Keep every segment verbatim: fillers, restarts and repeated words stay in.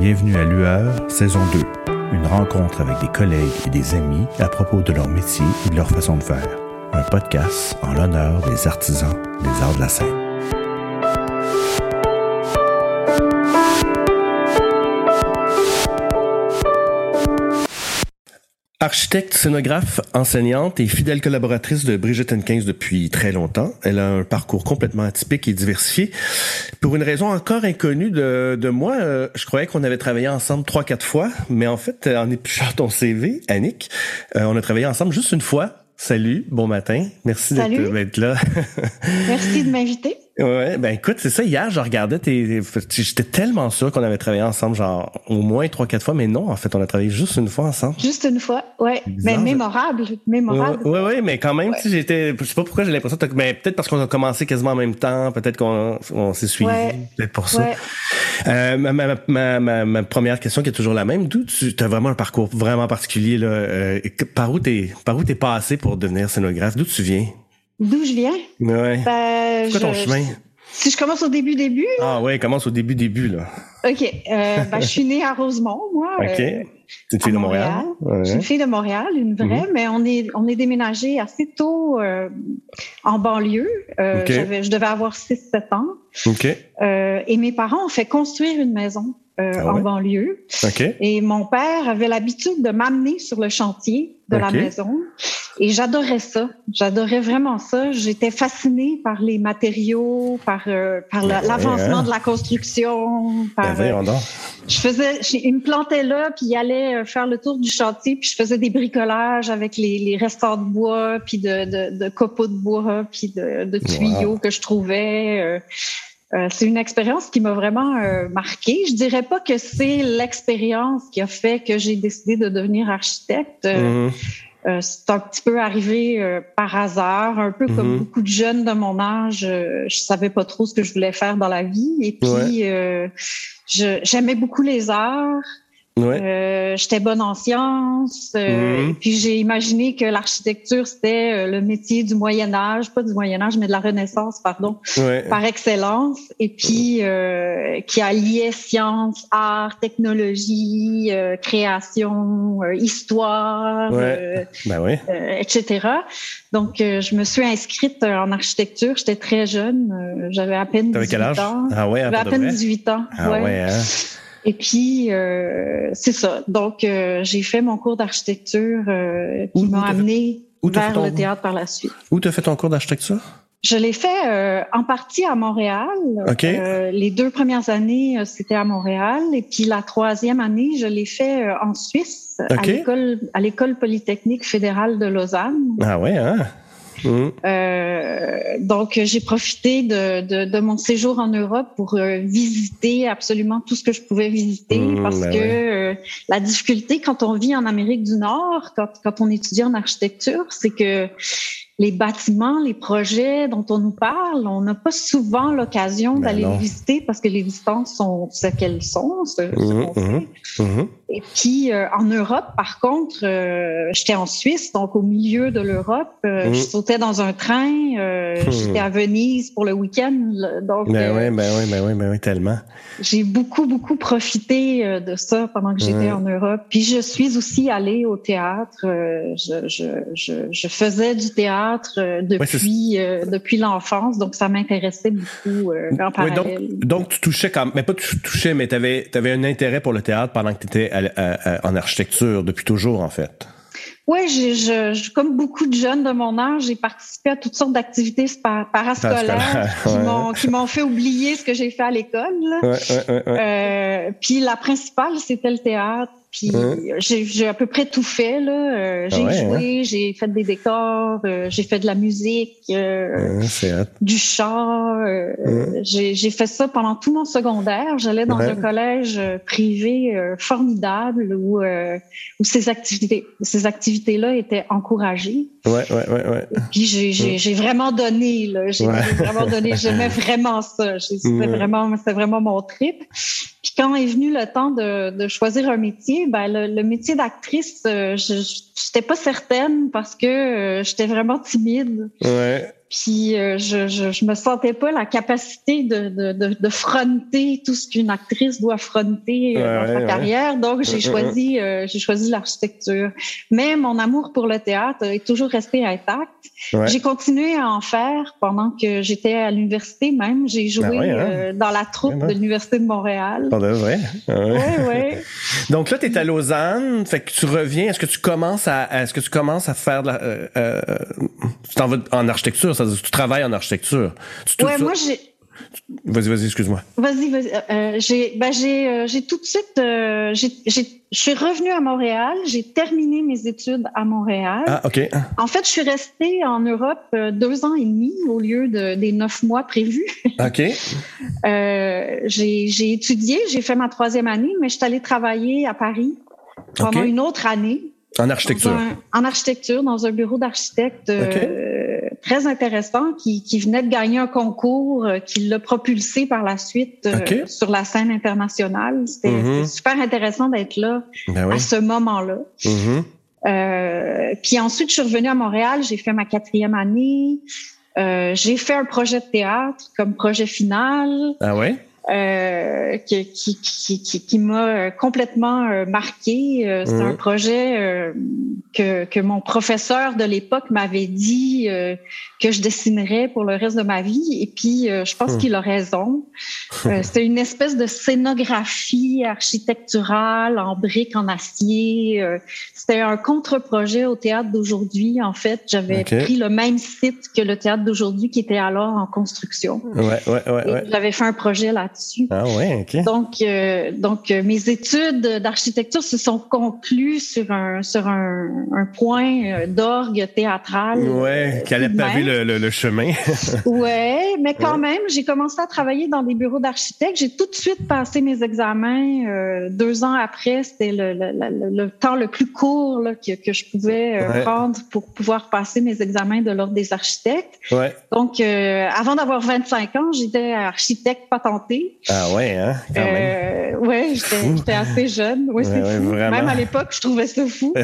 Bienvenue à Lueur, saison deux. Une rencontre avec des collègues et des amis à propos de leur métier et de leur façon de faire. Un podcast en l'honneur des artisans des arts de la scène. Architecte, scénographe, enseignante et fidèle collaboratrice de Brigitte Henkins depuis très longtemps. Elle a un parcours complètement atypique et diversifié. Pour une raison encore inconnue de, de moi, euh, je croyais qu'on avait travaillé ensemble trois, quatre fois, mais en fait, en épluchant ton C V, Annick, euh, on a travaillé ensemble juste une fois. Salut, bon matin. Merci d'être, d'être là. Merci de m'inviter. Ouais, ben écoute, c'est ça, hier, je regardais tes, j'étais tellement sûr qu'on avait travaillé ensemble, genre, au moins trois, quatre fois, mais non, en fait, on a travaillé juste une fois ensemble. Juste une fois, ouais. Mais mémorable, mémorable. Ouais, ouais, ouais, mais quand même, ouais. Tu sais, j'étais, je sais pas pourquoi j'ai l'impression que mais peut-être parce qu'on a commencé quasiment en même temps, peut-être qu'on, on s'est suivi, ouais. Peut-être pour ça. Ouais. Euh, ma, ma, ma, ma, ma première question qui est toujours la même, d'où tu, t'as vraiment un parcours vraiment particulier, là, euh, par où t'es, par où t'es passé pour devenir scénographe? D'où tu viens? D'où je viens? Ouais. Ben, c'est quoi ton je, chemin? Si je commence au début, début. Ah ouais, commence au début, début, là. OK. Euh, ben, je suis née à Rosemont, moi. OK. Euh, c'est une fille de Montréal. Montréal. Ouais. Je suis une fille de Montréal, une vraie, mm-hmm. mais on est, on est déménagé assez tôt euh, en banlieue. Euh, okay. j'avais, je devais avoir six sept ans. OK. Euh, et mes parents ont fait construire une maison euh, ah ouais? en banlieue. OK. Et mon père avait l'habitude de m'amener sur le chantier de okay. la maison. Et j'adorais ça. J'adorais vraiment ça. J'étais fascinée par les matériaux, par, euh, par la, l'avancement hein? de la construction. Par, ben, euh, je faisais, je, il me plantait là, puis il allait faire le tour du chantier, puis je faisais des bricolages avec les, les restants de bois, puis de, de, de copeaux de bois, puis de, de tuyaux wow. que je trouvais. Euh, Euh, c'est une expérience qui m'a vraiment euh, marquée. Je dirais pas que c'est l'expérience qui a fait que j'ai décidé de devenir architecte. Euh, mm-hmm. euh, c'est un petit peu arrivé euh, par hasard, un peu mm-hmm. comme beaucoup de jeunes de mon âge. Euh, je savais pas trop ce que je voulais faire dans la vie. Et puis, ouais. euh, je, j'aimais beaucoup les arts. Ouais. Euh, j'étais bonne en sciences. Euh, mmh. Et puis j'ai imaginé que l'architecture c'était euh, le métier du Moyen Âge, pas du Moyen Âge, mais de la Renaissance, pardon, ouais. par excellence. Et puis euh, qui alliait sciences, art, technologie, euh, création, euh, histoire, ouais. euh, ben ouais. euh, et cetera. Donc euh, je me suis inscrite en architecture. J'étais très jeune, euh, j'avais à peine T'avais dix-huit quel âge? ans. Ah ouais, j'avais à peine dix-huit ans. Ah ouais, ouais hein? Et puis, euh, c'est ça. Donc, euh, j'ai fait mon cours d'architecture euh, qui où, m'a où amené vers ton... le théâtre par la suite. Où tu as fait ton cours d'architecture? Je l'ai fait euh, en partie à Montréal. Okay. Euh, les deux premières années, euh, c'était à Montréal. Et puis, la troisième année, je l'ai fait euh, en Suisse, okay. à l'école, à l'école polytechnique fédérale de Lausanne. Ah ouais, hein? Mmh. Euh, donc, j'ai profité de, de, de mon séjour en Europe pour euh, visiter absolument tout ce que je pouvais visiter mmh, parce ben que ouais. euh, la difficulté quand on vit en Amérique du Nord, quand, quand on étudie en architecture, c'est que les bâtiments, les projets dont on nous parle, on n'a pas souvent l'occasion ben d'aller non. les visiter parce que les distances sont ce qu'elles sont. Ce, mmh, ce qu'on mmh, fait. Mmh. Et puis, euh, en Europe, par contre, euh, j'étais en Suisse, donc au milieu de l'Europe. Euh, mmh. Je sautais dans un train. Euh, mmh. J'étais à Venise pour le week-end. Donc, ben euh, oui, ben oui, ben oui, ben oui, tellement. J'ai beaucoup, beaucoup profité euh, de ça pendant que j'étais mmh. en Europe. Puis, je suis aussi allée au théâtre. Euh, je, je, je, je faisais du théâtre euh, depuis, ouais, euh, depuis l'enfance, donc ça m'intéressait beaucoup euh, en parallèle. Ouais, donc, donc, tu touchais quand même, mais pas tu touchais, mais tu avais un intérêt pour le théâtre pendant que tu étais à, à, à, en architecture, depuis toujours, en fait. Oui, je, je, je, comme beaucoup de jeunes de mon âge, j'ai participé à toutes sortes d'activités parascolaires qui, ouais. m'ont, qui m'ont fait oublier ce que j'ai fait à l'école. Ouais, ouais, ouais, ouais. Euh, puis la principale, c'était le théâtre. Puis mmh. j'ai, j'ai à peu près tout fait là. Euh, j'ai ah ouais, joué, hein? J'ai fait des décors, euh, j'ai fait de la musique, euh, mmh, du chant. Euh, mmh. j'ai, j'ai fait ça pendant tout mon secondaire. J'allais dans ouais. un collège privé euh, formidable où euh, où ces activités ces activités là étaient encouragées. Ouais, ouais, ouais, ouais. Et puis j'ai j'ai, mmh. j'ai vraiment donné là. J'ai, ouais. j'ai vraiment donné. J'aimais vraiment ça. C'était mmh. vraiment c'était vraiment mon trip. Puis quand est venu le temps de, de choisir un métier, ben le, le métier d'actrice, euh, je, j'étais pas certaine parce que euh, j'étais vraiment timide. Ouais. Puis euh, je, je je me sentais pas la capacité de de de, de fronter tout ce qu'une actrice doit fronter euh, ouais, dans sa ouais. carrière. Donc j'ai choisi euh, j'ai choisi l'architecture. Mais mon amour pour le théâtre est toujours resté intact. Ouais. J'ai continué à en faire pendant que j'étais à l'université même. J'ai joué ah ouais, hein? euh, dans la troupe ouais, de l'Université de Montréal. Pour de vrai? Ouais, ouais. ouais. Donc là, tu es à Lausanne, fait que tu reviens. Est-ce que tu commences à est-ce que tu commences à faire de la euh, euh, tu t'en vas en architecture, ça veut dire que tu travailles en architecture. Tu, ouais, ça, moi j'ai Vas-y, vas-y, excuse-moi. Vas-y, vas-y. Euh, j'ai, ben j'ai, euh, j'ai tout de suite, euh, j'ai, j'ai, je suis revenue à Montréal. J'ai terminé mes études à Montréal. Ah, ok. En fait, je suis restée en Europe euh, deux ans et demi au lieu de des neuf mois prévus. Ok. euh, j'ai, j'ai étudié, j'ai fait ma troisième année, mais je suis allée travailler à Paris pendant okay. une autre année. En architecture. Un, en architecture, dans un bureau d'architecte. Okay. Euh, très intéressant, qui, qui venait de gagner un concours, euh, qui l'a propulsé par la suite euh, okay. sur la scène internationale. C'était, mm-hmm. c'était super intéressant d'être là ben oui. à ce moment-là. Mm-hmm. Euh, puis ensuite, je suis revenue à Montréal, j'ai fait ma quatrième année. Euh, j'ai fait un projet de théâtre comme projet final. Ah ouais? Euh, qui, qui, qui, qui, qui m'a complètement euh, marqué. Euh, c'est mmh. un projet euh, que, que mon professeur de l'époque m'avait dit euh, que je dessinerais pour le reste de ma vie. Et puis, euh, je pense mmh. qu'il a raison. Euh, c'était une espèce de scénographie architecturale en briques, en acier. Euh, c'était un contre-projet au théâtre d'aujourd'hui. En fait, j'avais okay. pris le même site que le théâtre d'aujourd'hui qui était alors en construction. Ouais, ouais, ouais, ouais. J'avais fait un projet là dessus. Ah ouais, ok. Donc, euh, donc euh, mes études d'architecture se sont conclues sur un sur un, un point d'orgue théâtral. Ouais, euh, qui allait paver le, le, le chemin. Ouais, mais quand ouais. même, j'ai commencé à travailler dans des bureaux d'architectes. J'ai tout de suite passé mes examens. Euh, deux ans après, c'était le, le, le, le temps le plus court là, que, que je pouvais euh, ouais. prendre pour pouvoir passer mes examens de l'ordre des architectes. Ouais. Donc, euh, avant d'avoir vingt-cinq ans, j'étais architecte patenté. Ah ouais, hein, quand euh, même. Ouais, j'étais, j'étais assez jeune. Ouais, c'est ouais, fou. Ouais, même à l'époque, je trouvais ça fou.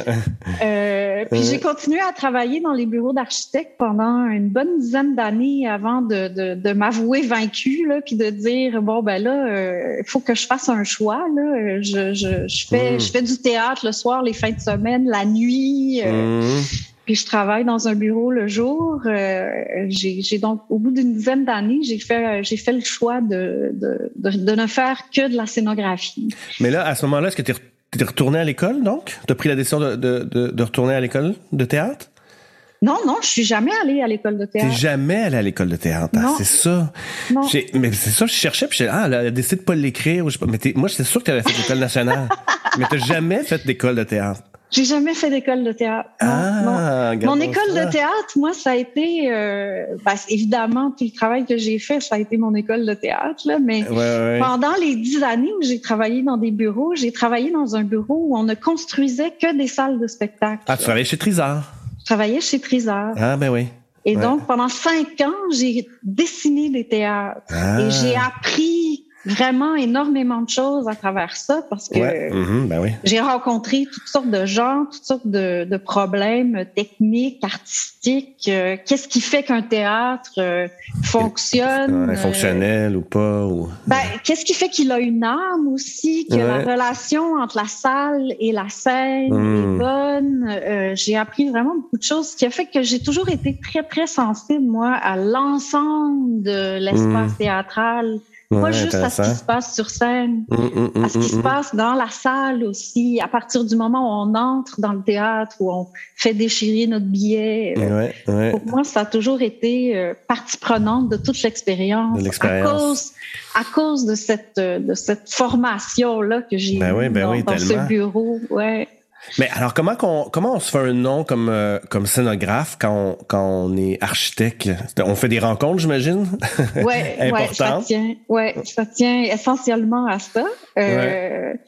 euh, puis j'ai continué à travailler dans les bureaux d'architectes pendant une bonne dizaine d'années avant de, de, de m'avouer vaincue, là, puis de dire bon ben là, il euh, faut que je fasse un choix. Là, je, je, je fais, mm. je fais du théâtre le soir, les fins de semaine, la nuit. Euh, mm. Puis je travaille dans un bureau le jour. Euh, j'ai, j'ai donc, au bout d'une dizaine d'années, j'ai fait, j'ai fait le choix de, de, de, de ne faire que de la scénographie. Mais là, à ce moment-là, est-ce que tu es retourné à l'école, donc? Tu as pris la décision de, de, de, de retourner à l'école de théâtre? Non, non, je suis jamais allée à l'école de théâtre. T'es jamais allée à l'école de théâtre, ah, c'est ça. Non. J'ai, mais c'est ça, je cherchais, puis j'ai ah, elle a décidé de pas l'écrire, ou je sais pas. Mais t'es, moi, j'étais sûr que tu avais fait l'école nationale. Mais t'as jamais fait d'école de théâtre. J'ai jamais fait d'école de théâtre. Non, ah, non. Mon école ça. de théâtre, moi, ça a été, euh, ben, évidemment, tout le travail que j'ai fait, ça a été mon école de théâtre, là, mais ouais, ouais. pendant les dix années où j'ai travaillé dans des bureaux, j'ai travaillé dans un bureau où on ne construisait que des salles de spectacle. Ah, tu travaillais chez Trizard? Je travaillais chez Trizard. Ah, ben oui. Et ouais. donc, pendant cinq ans, j'ai dessiné des théâtres. Ah. Et j'ai appris vraiment énormément de choses à travers ça parce que ouais. mmh, ben oui. j'ai rencontré toutes sortes de gens, toutes sortes de, de problèmes techniques, artistiques. Euh, qu'est-ce qui fait qu'un théâtre euh, fonctionne? Euh, fonctionnel euh, ou pas? Ou... Ben, qu'est-ce qui fait qu'il a une âme aussi, que ouais. la relation entre la salle et la scène mmh. est bonne? Euh, j'ai appris vraiment beaucoup de choses, ce qui a fait que j'ai toujours été très, très sensible, moi, à l'ensemble de l'espace mmh. théâtral. Pas ouais, juste à ce qui se passe sur scène, mmh, mmh, à ce qui mmh, se passe dans la salle aussi. À partir du moment où on entre dans le théâtre, où on fait déchirer notre billet. Ouais, ouais. Pour moi, ça a toujours été euh, partie prenante de toute l'expérience. De l'expérience. À cause, à cause de cette, de cette formation-là que j'ai ben eue oui, ben dans, oui, dans ce bureau. Ouais. Mais alors, comment qu'on, comment on se fait un nom comme, euh, comme scénographe quand on, quand on est architecte? On fait des rencontres, j'imagine? Ouais, ouais, ça tient, ouais, ça tient essentiellement à ça. Euh, ouais.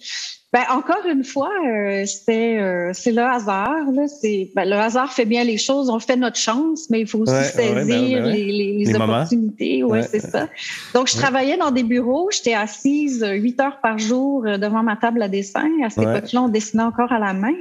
Ben encore une fois, euh, c'était euh, c'est le hasard. Là. C'est ben, le hasard fait bien les choses. On fait notre chance, mais il faut aussi ouais, saisir ouais, ben, ben, ouais. les, les, les, les opportunités. Ouais, ouais, c'est ça. Donc je ouais. travaillais dans des bureaux. J'étais assise huit heures par jour devant ma table à dessin. À cette ouais. époque-là, on dessinait encore à la main.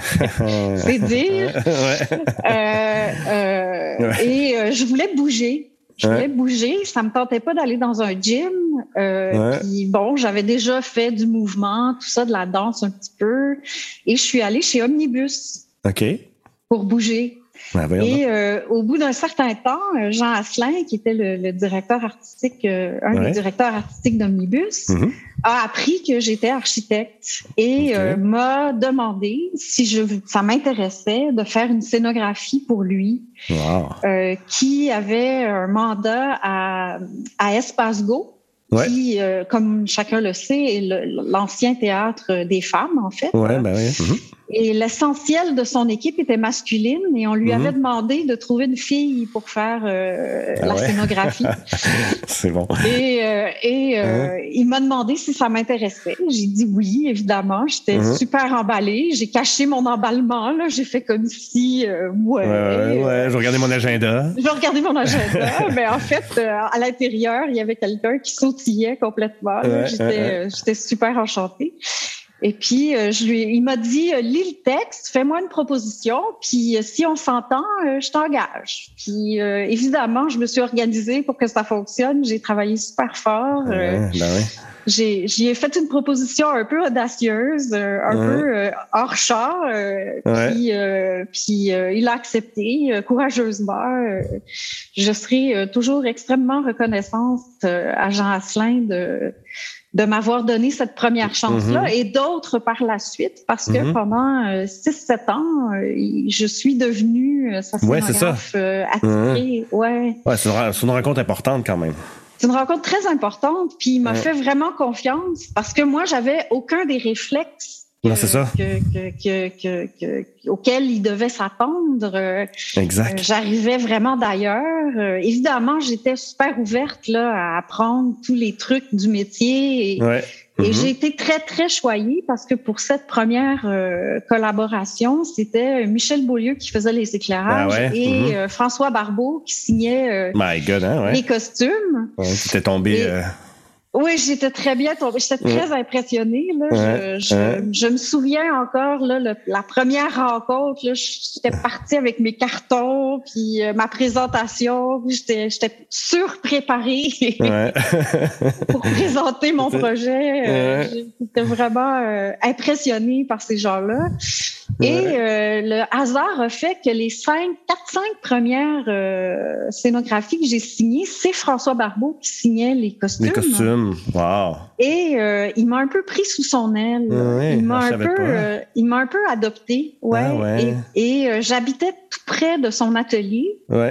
C'est dire. Ouais. Euh, euh, ouais. Et euh, je voulais bouger. Je voulais ouais. bouger, ça me tentait pas d'aller dans un gym. Euh, ouais. Puis bon, j'avais déjà fait du mouvement, tout ça, de la danse un petit peu, et je suis allée chez Omnibus. Ok. Pour bouger. Ouais, et euh, au bout d'un certain temps, Jean Asselin, qui était le, le directeur artistique, euh, un ouais. des directeurs artistiques d'Omnibus, mm-hmm. a appris que j'étais architecte et okay. euh, m'a demandé si je, ça m'intéressait de faire une scénographie pour lui, wow. euh, qui avait un mandat à, à Espace Go. Ouais. Qui, euh, comme chacun le sait, est le, l'ancien théâtre des femmes, en fait. Ouais, ben oui. Mm-hmm. Et l'essentiel de son équipe était masculine et on lui mm-hmm. avait demandé de trouver une fille pour faire euh, ah la ouais. scénographie. C'est bon. Et, euh, et euh, mm-hmm. il m'a demandé si ça m'intéressait. J'ai dit oui, évidemment. J'étais mm-hmm. super emballée. J'ai caché mon emballement. Là. J'ai fait comme si, euh, ouais. Ouais, ouais, ouais. Je regardais mon agenda. Je regardais mon agenda. Mais en fait, euh, à l'intérieur, il y avait quelqu'un qui sautillait complètement. Ouais, j'étais, ouais, ouais. j'étais super enchantée. Et puis, euh, je lui, il m'a dit, euh, lis le texte, fais-moi une proposition, puis euh, si on s'entend, euh, je t'engage. Puis, euh, évidemment, je me suis organisée pour que ça fonctionne. J'ai travaillé super fort. Euh, ouais, ben ouais. J'ai, j'y ai fait une proposition un peu audacieuse, euh, un ouais. peu euh, hors champ, euh, ouais. puis, euh, puis euh, il a accepté euh, courageusement. Euh, je serai euh, toujours extrêmement reconnaissante euh, à Jean Asselin de de m'avoir donné cette première chance-là mm-hmm. et d'autres par la suite, parce que mm-hmm. pendant euh, six sept ans, euh, je suis devenue euh, sa scénographe ouais, euh, attitrée. Mm-hmm. Ouais, ouais c'est, une, c'est une rencontre importante quand même. C'est une rencontre très importante, puis il m'a ouais. fait vraiment confiance, parce que moi, j'avais aucun des réflexes que, non, c'est ça. Que, que, que, que, que, auquel il devait s'attendre. Exact. Euh, j'arrivais vraiment d'ailleurs. Euh, évidemment, j'étais super ouverte là à apprendre tous les trucs du métier. Et, ouais. mm-hmm. et j'ai été très, très choyée parce que pour cette première euh, collaboration, c'était Michel Beaulieu qui faisait les éclairages ah ouais. et mm-hmm. euh, François Barbeau qui signait euh, My God, hein, ouais. les costumes. Ouais, c'était tombé... Et, euh... Oui, j'étais très bien tombée. J'étais très ouais. impressionnée. Là. Ouais. Je, je, ouais. je me souviens encore là, le, la première rencontre. Là, j'étais partie avec mes cartons, puis euh, ma présentation. Puis j'étais, j'étais surpréparée ouais. pour présenter mon projet. Euh, ouais. J'étais vraiment euh, impressionnée par ces gens-là. Et ouais. euh, le hasard a fait que les cinq, quatre, cinq premières euh, scénographies que j'ai signées, c'est François Barbeau qui signait les costumes. Les costumes, wow. Et euh, il m'a un peu pris sous son aile. Ouais, il m'a un peu, euh, il m'a un peu adopté, ouais. Ah ouais. Et, et euh, j'habitais tout près de son atelier. Ouais.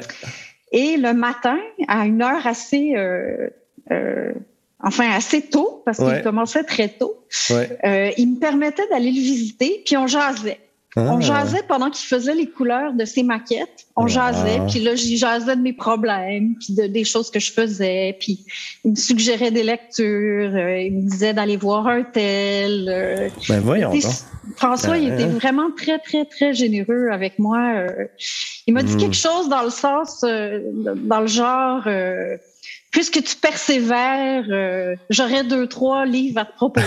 Et le matin, à une heure assez euh, euh, Enfin, assez tôt, parce ouais. qu'il commençait très tôt. Ouais. Euh, il me permettait d'aller le visiter, puis on jasait. Ah. On jasait pendant qu'il faisait les couleurs de ses maquettes. On ah. jasait, puis là, j'y jasais de mes problèmes, puis de, des choses que je faisais. Puis il me suggérait des lectures, euh, il me disait d'aller voir un tel. Euh, ben voyons était, donc. François, ben, il était vraiment très, très, très généreux avec moi. Euh, il m'a dit mm. quelque chose dans le sens, euh, dans le genre... Euh, puisque tu persévères, euh, j'aurais deux, trois livres à te proposer.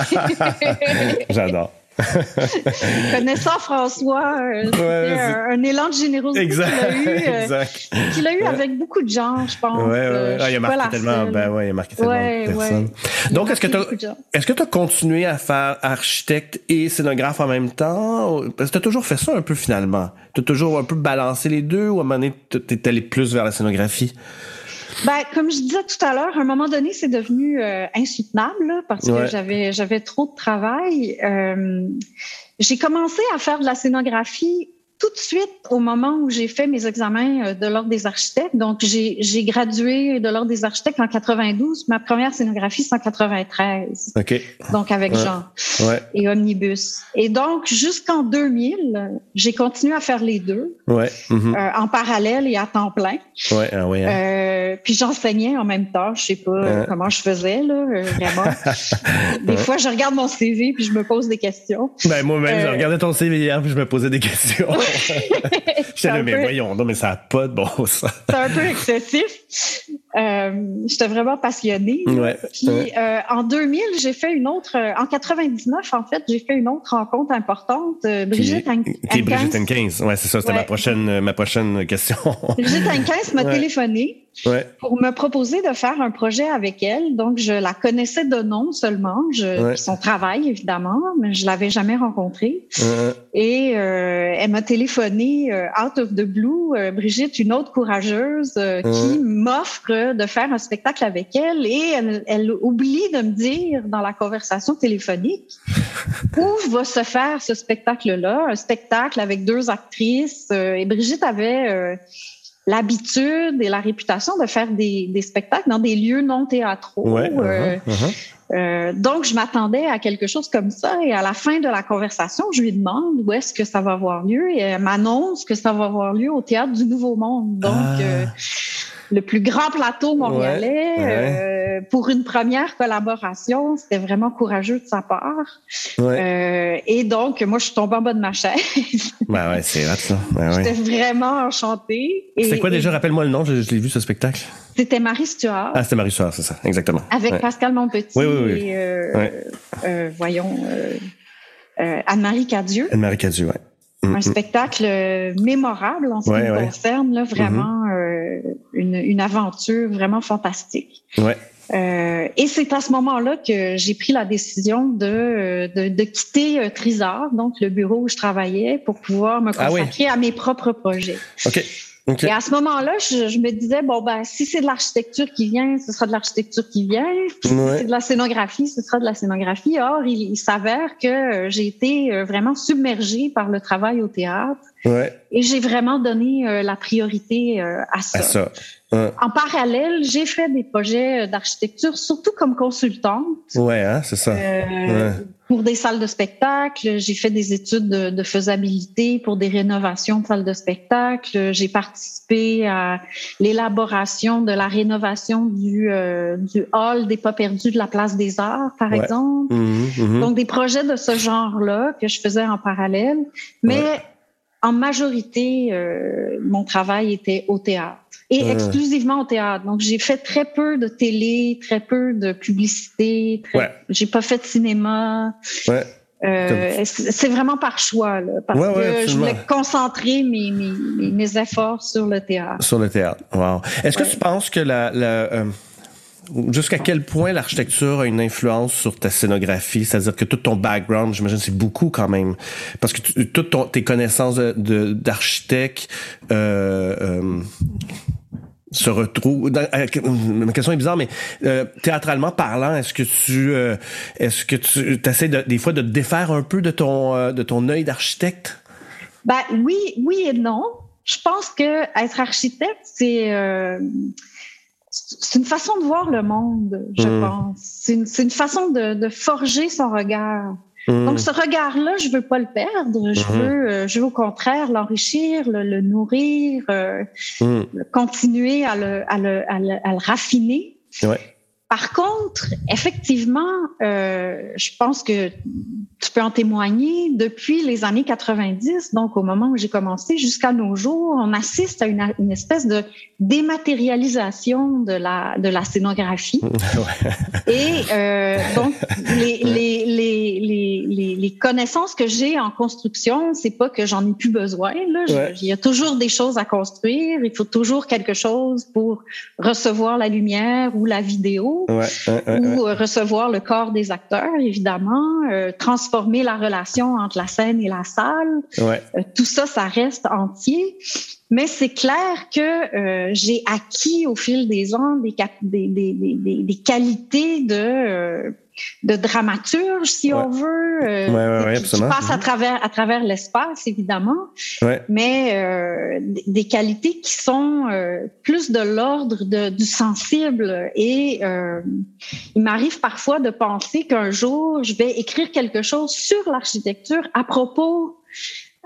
J'adore. Connaissant François, euh, c'était ouais, un, un élan de générosité exact. qu'il a eu, euh, exact. qu'il a eu ouais. avec beaucoup de gens, je pense. Ouais, ouais, ouais. Ah, il a marqué tellement, ben ouais, il a marqué tellement ouais, de personnes. Ouais. Donc, est-ce que tu est-ce que tu as continué à faire architecte et scénographe en même temps? Parce que tu as toujours fait ça un peu finalement. Tu as toujours un peu balancé les deux ou à un moment donné, tu es allé plus vers la scénographie? Ben, comme je disais tout à l'heure, à un moment donné, c'est devenu euh, insoutenable là, parce ouais. que j'avais j'avais trop de travail. Euh, j'ai commencé à faire de la scénographie tout de suite au moment où j'ai fait mes examens de l'Ordre des architectes. Donc, j'ai, j'ai gradué de l'Ordre des architectes en quatre-vingt-douze. Ma première scénographie, c'est en quatre-vingt-treize. OK. Donc, avec ouais. Jean ouais. et Omnibus. Et donc, jusqu'en deux mille, j'ai continué à faire les deux ouais. mm-hmm. euh, en parallèle et à temps plein. Ouais, ah ouais, hein. euh, euh, puis j'enseignais en même temps. Je sais pas euh. comment je faisais, là, euh, vraiment. Des ouais. fois, je regarde mon C V puis je me pose des questions. Ben, moi-même, euh... je regardais ton C V hier puis je me posais des questions. J'étais là, mais peu... voyons, non, mais ça n'a pas de bon sens. C'est un peu excessif. Euh, j'étais vraiment passionnée. Ouais, puis ouais. Euh, en deux mille, j'ai fait une autre... Euh, en quatre-vingt-dix-neuf, en fait, j'ai fait une autre rencontre importante. Euh, Brigitte Hankins. Qui est Brigitte Hankins. Ouais, c'est ça, c'était ouais. ma prochaine ma prochaine question. Brigitte Hankins m'a ouais. téléphoné ouais. pour me proposer de faire un projet avec elle. Donc, je la connaissais de nom seulement, je, ouais. son travail, évidemment, mais je l'avais jamais rencontrée. Ouais. Et euh, elle m'a téléphoné euh, out of the blue, euh, Brigitte, une autre courageuse, euh, ouais. qui m'offre de faire un spectacle avec elle. Et elle, elle oublie de me dire dans la conversation téléphonique où va se faire ce spectacle-là, un spectacle avec deux actrices. Euh, et Brigitte avait... Euh, l'habitude et la réputation de faire des, des spectacles dans des lieux non théâtraux. Ouais, uh-huh, euh, uh-huh. Euh, donc, je m'attendais à quelque chose comme ça. Et à la fin de la conversation, je lui demande où est-ce que ça va avoir lieu. Et elle m'annonce que ça va avoir lieu au Théâtre du Nouveau Monde. Donc, ah. euh, le plus grand plateau montréalais. Ouais, ouais. Euh, pour une première collaboration, c'était vraiment courageux de sa part. Ouais. Euh, et donc, moi, je suis tombée en bas de ma chaise. Ben ouais, c'est hot, ça. Ben ouais. J'étais vraiment enchantée. C'était quoi et, déjà? Rappelle-moi le nom, je, je l'ai vu, ce spectacle. C'était Marie Stuart. Ah, c'était Marie Stuart, c'est ça, exactement. Avec ouais. Pascal Monpetit oui, oui, oui. et, euh, ouais. euh, voyons, euh, euh, Anne-Marie Cadieux. Anne-Marie Cadieux, oui. Un spectacle mémorable en ce ouais, qui me ouais. concerne, là, vraiment mm-hmm. euh, une, une aventure vraiment fantastique. Ouais. Euh, et c'est à ce moment-là que j'ai pris la décision de, de, de quitter euh, Trisard, donc le bureau où je travaillais, pour pouvoir me consacrer ah oui. à mes propres projets. OK. Okay. Et à ce moment-là, je, je me disais, bon, ben, si c'est de l'architecture qui vient, ce sera de l'architecture qui vient. Puis ouais. si c'est de la scénographie, ce sera de la scénographie. Or, il, il s'avère que j'ai été vraiment submergée par le travail au théâtre. Ouais. Et j'ai vraiment donné euh, la priorité euh, à ça. À ça. Ouais. En parallèle, j'ai fait des projets d'architecture, surtout comme consultante. Ouais, hein, c'est ça. Euh, ouais. Pour des salles de spectacle, j'ai fait des études de, de faisabilité pour des rénovations de salles de spectacle. J'ai participé à l'élaboration de la rénovation du, euh, du hall des Pas perdus de la Place des Arts, par ouais. exemple. Mmh, mmh. Donc, des projets de ce genre-là que je faisais en parallèle. Mais ouais. en majorité, euh, mon travail était au théâtre. Et euh. exclusivement au théâtre. Donc, j'ai fait très peu de télé, très peu de publicité. Très... Ouais. J'ai pas fait de cinéma. Ouais. Euh, c'est vraiment par choix, là, parce ouais, que ouais, je voulais concentrer mes, mes, mes efforts sur le théâtre. Sur le théâtre, wow. Est-ce ouais. que tu penses que la... la euh... jusqu'à quel point l'architecture a une influence sur ta scénographie? C'est-à-dire que tout ton background, j'imagine, c'est beaucoup quand même. Parce que tu, toutes ton, tes connaissances de, de, d'architecte euh, euh, se retrouvent... Dans, euh, ma question est bizarre, mais euh, théâtralement parlant, est-ce que tu euh, est-ce que tu essaies de, des fois de te défaire un peu de ton, euh, de ton œil d'architecte? Ben oui, oui et non. Je pense que être architecte, c'est... Euh... C'est une façon de voir le monde, je mmh. pense. C'est une, c'est une façon de, de forger son regard. Mmh. Donc, ce regard-là, je veux pas le perdre. Je mmh. veux, euh, je veux au contraire l'enrichir, le, le nourrir, euh, mmh. continuer à le, à le, à le, à le raffiner. Ouais. Par contre, effectivement, euh, je pense que tu peux en témoigner, depuis les années quatre-vingt-dix, donc au moment où j'ai commencé jusqu'à nos jours, on assiste à une, une espèce de dématérialisation de la de la scénographie. Ouais. Et euh, donc les, les les les les les connaissances que j'ai en construction, c'est pas que j'en ai plus besoin là. Ouais. Il y a toujours des choses à construire. Il faut toujours quelque chose pour recevoir la lumière ou la vidéo. Ouais, ouais, ouais, ou ouais. recevoir le corps des acteurs, évidemment, euh, transformer la relation entre la scène et la salle. Ouais. Euh, tout ça, ça reste entier. Mais c'est clair que euh, j'ai acquis au fil des ans des, cap- des, des, des, des qualités de... Euh, de dramaturge, si ouais. on veut, euh, ouais, ouais, ouais, qui, qui passe à travers à travers l'espace, évidemment, ouais. mais euh, des qualités qui sont euh, plus de l'ordre de, du sensible. Et euh, il m'arrive parfois de penser qu'un jour, je vais écrire quelque chose sur l'architecture à propos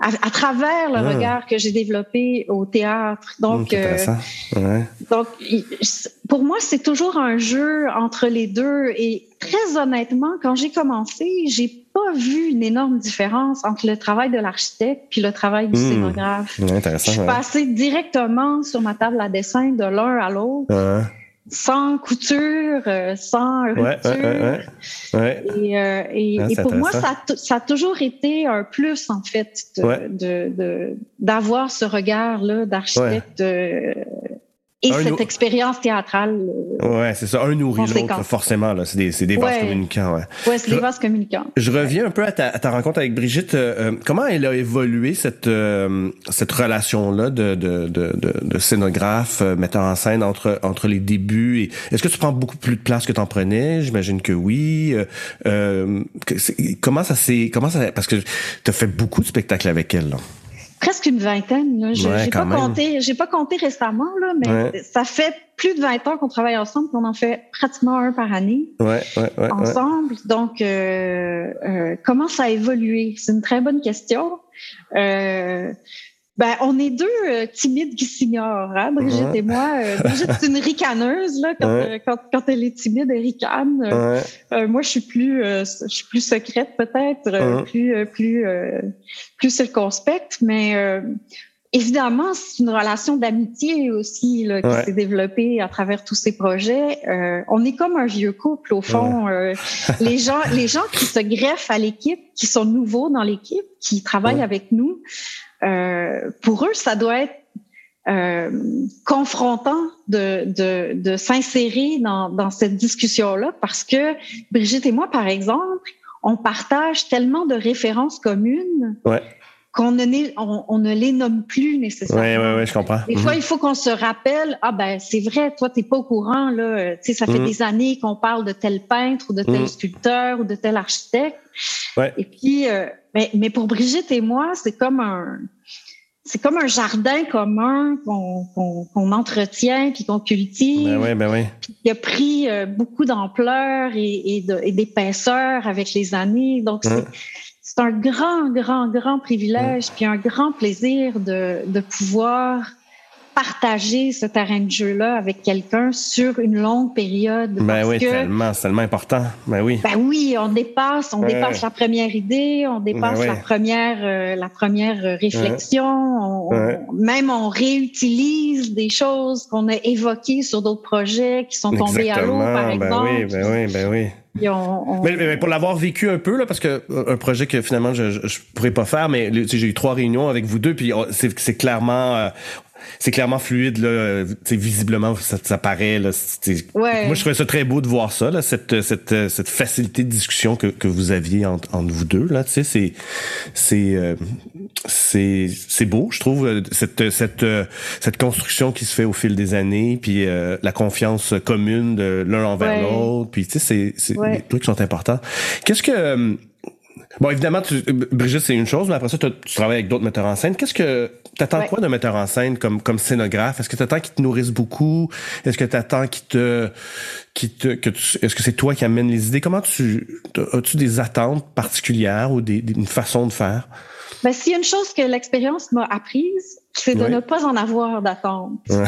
à, à travers le ah. regard que j'ai développé au théâtre. Donc, mmh, euh, ouais. donc, pour moi, c'est toujours un jeu entre les deux. Et très honnêtement, quand j'ai commencé, j'ai pas vu une énorme différence entre le travail de l'architecte puis le travail du mmh. scénographe. Intéressant, je suis ouais. passée directement sur ma table à dessin de l'un à l'autre. Ouais. Sans couture, sans rupture. Ouais, ouais, ouais, ouais. Et, euh, et, ah, et pour moi, ça a, ça a toujours été un plus, en fait, de, ouais. de, de, d'avoir ce regard-là d'architecte ouais. euh, et un cette nou... expérience théâtrale. Euh, ouais, c'est ça. Un nourrit l'autre, forcément. Là. C'est des, c'est des vases ouais. communicants. Ouais, ouais c'est je, des vases communicants. Je reviens un peu à ta, à ta rencontre avec Brigitte. Euh, comment elle a évolué, cette, euh, cette relation-là de, de, de, de, de scénographe, euh, metteur en scène entre, entre les débuts? Et est-ce que tu prends beaucoup plus de place que tu en prenais? J'imagine que oui. Euh, euh, comment ça s'est... Comment ça, parce que tu as fait beaucoup de spectacles avec elle, là. Presque une vingtaine. Là. Je, ouais, j'ai pas même. compté, j'ai pas compté récemment là, mais ouais. ça fait plus de vingt ans qu'on travaille ensemble, qu'on en fait pratiquement un par année ouais, ouais, ouais, ensemble. Ouais. Donc, euh, euh, comment ça a évolué? C'est une très bonne question. Euh, ben, on est deux euh, timides qui s'ignorent, hein, Brigitte ouais. et moi. Euh, Brigitte, c'est une ricaneuse là, quand, ouais. euh, quand, quand elle est timide, elle ricane. Euh, ouais. euh, moi, je suis plus, euh, je suis plus secrète peut-être, euh, ouais. plus, euh, plus, euh, plus circonspecte, mais euh, évidemment, c'est une relation d'amitié aussi là, qui ouais. s'est développée à travers tous ces projets. Euh, on est comme un vieux couple au fond. Ouais. Euh, les gens, les gens qui se greffent à l'équipe, qui sont nouveaux dans l'équipe, qui travaillent ouais. avec nous. Euh, pour eux, ça doit être euh, confrontant de, de, de s'insérer dans, dans cette discussion-là parce que Brigitte et moi, par exemple, on partage tellement de références communes ouais. qu'on ne, on, on ne les nomme plus nécessairement. Oui, oui, oui, je comprends. Des mm-hmm. fois, il faut qu'on se rappelle, ah ben c'est vrai, toi, t'es pas au courant, là, tu sais, ça fait mm-hmm. des années qu'on parle de tel peintre ou de tel mm-hmm. sculpteur ou de tel architecte. Ouais. Et puis, euh, mais, mais pour Brigitte et moi, c'est comme un, c'est comme un jardin commun qu'on, qu'on, qu'on entretient puis qu'on cultive. Ben oui, ben oui. Puis qui a pris euh, beaucoup d'ampleur et, et, de, et d'épaisseur avec les années. Donc, hum. c'est, c'est un grand, grand, grand privilège hum. puis un grand plaisir de, de pouvoir partager ce terrain de jeu-là avec quelqu'un sur une longue période. Ben parce oui, que, tellement, c'est tellement important. Ben oui. Ben oui, on dépasse, on ouais. dépasse la première idée, on dépasse ben oui. la première, euh, la première réflexion. Ouais. On, ouais. on, même on réutilise des choses qu'on a évoquées sur d'autres projets qui sont tombés Exactement. à l'eau, par exemple. Ben oui, ben oui, ben oui. On, on... Mais, mais pour l'avoir vécu un peu là, parce que un projet que finalement je, je, je pourrais pas faire, mais tu sais, j'ai eu trois réunions avec vous deux, puis c'est, c'est clairement. Euh, C'est clairement fluide, là. T'sais, visiblement, ça, ça paraît, là. Ouais. Moi, je trouvais ça très beau de voir ça, là, cette, cette, cette facilité de discussion que, que vous aviez entre, entre vous deux, là. Tu sais, c'est, c'est, euh, c'est, c'est beau, je trouve, cette, cette, cette construction qui se fait au fil des années, puis euh, la confiance commune de l'un envers ouais. l'autre, puis tu sais, c'est, c'est ouais. des trucs qui sont importants. Qu'est-ce que Bon, évidemment, tu, Brigitte, c'est une chose, mais après ça, tu, tu travailles avec d'autres metteurs en scène. Qu'est-ce que t'attends ouais. quoi d'un metteur en scène comme comme scénographe? Est-ce que t'attends qu'il te nourrisse beaucoup? Est-ce que t'attends qu'il te, qu'il te, que tu, est-ce que c'est toi qui amène les idées? Comment tu, as-tu des attentes particulières ou des, des une façon de faire? Ben, s'il y a une chose que l'expérience m'a apprise, c'est de ouais. ne pas en avoir d'attente. Ouais.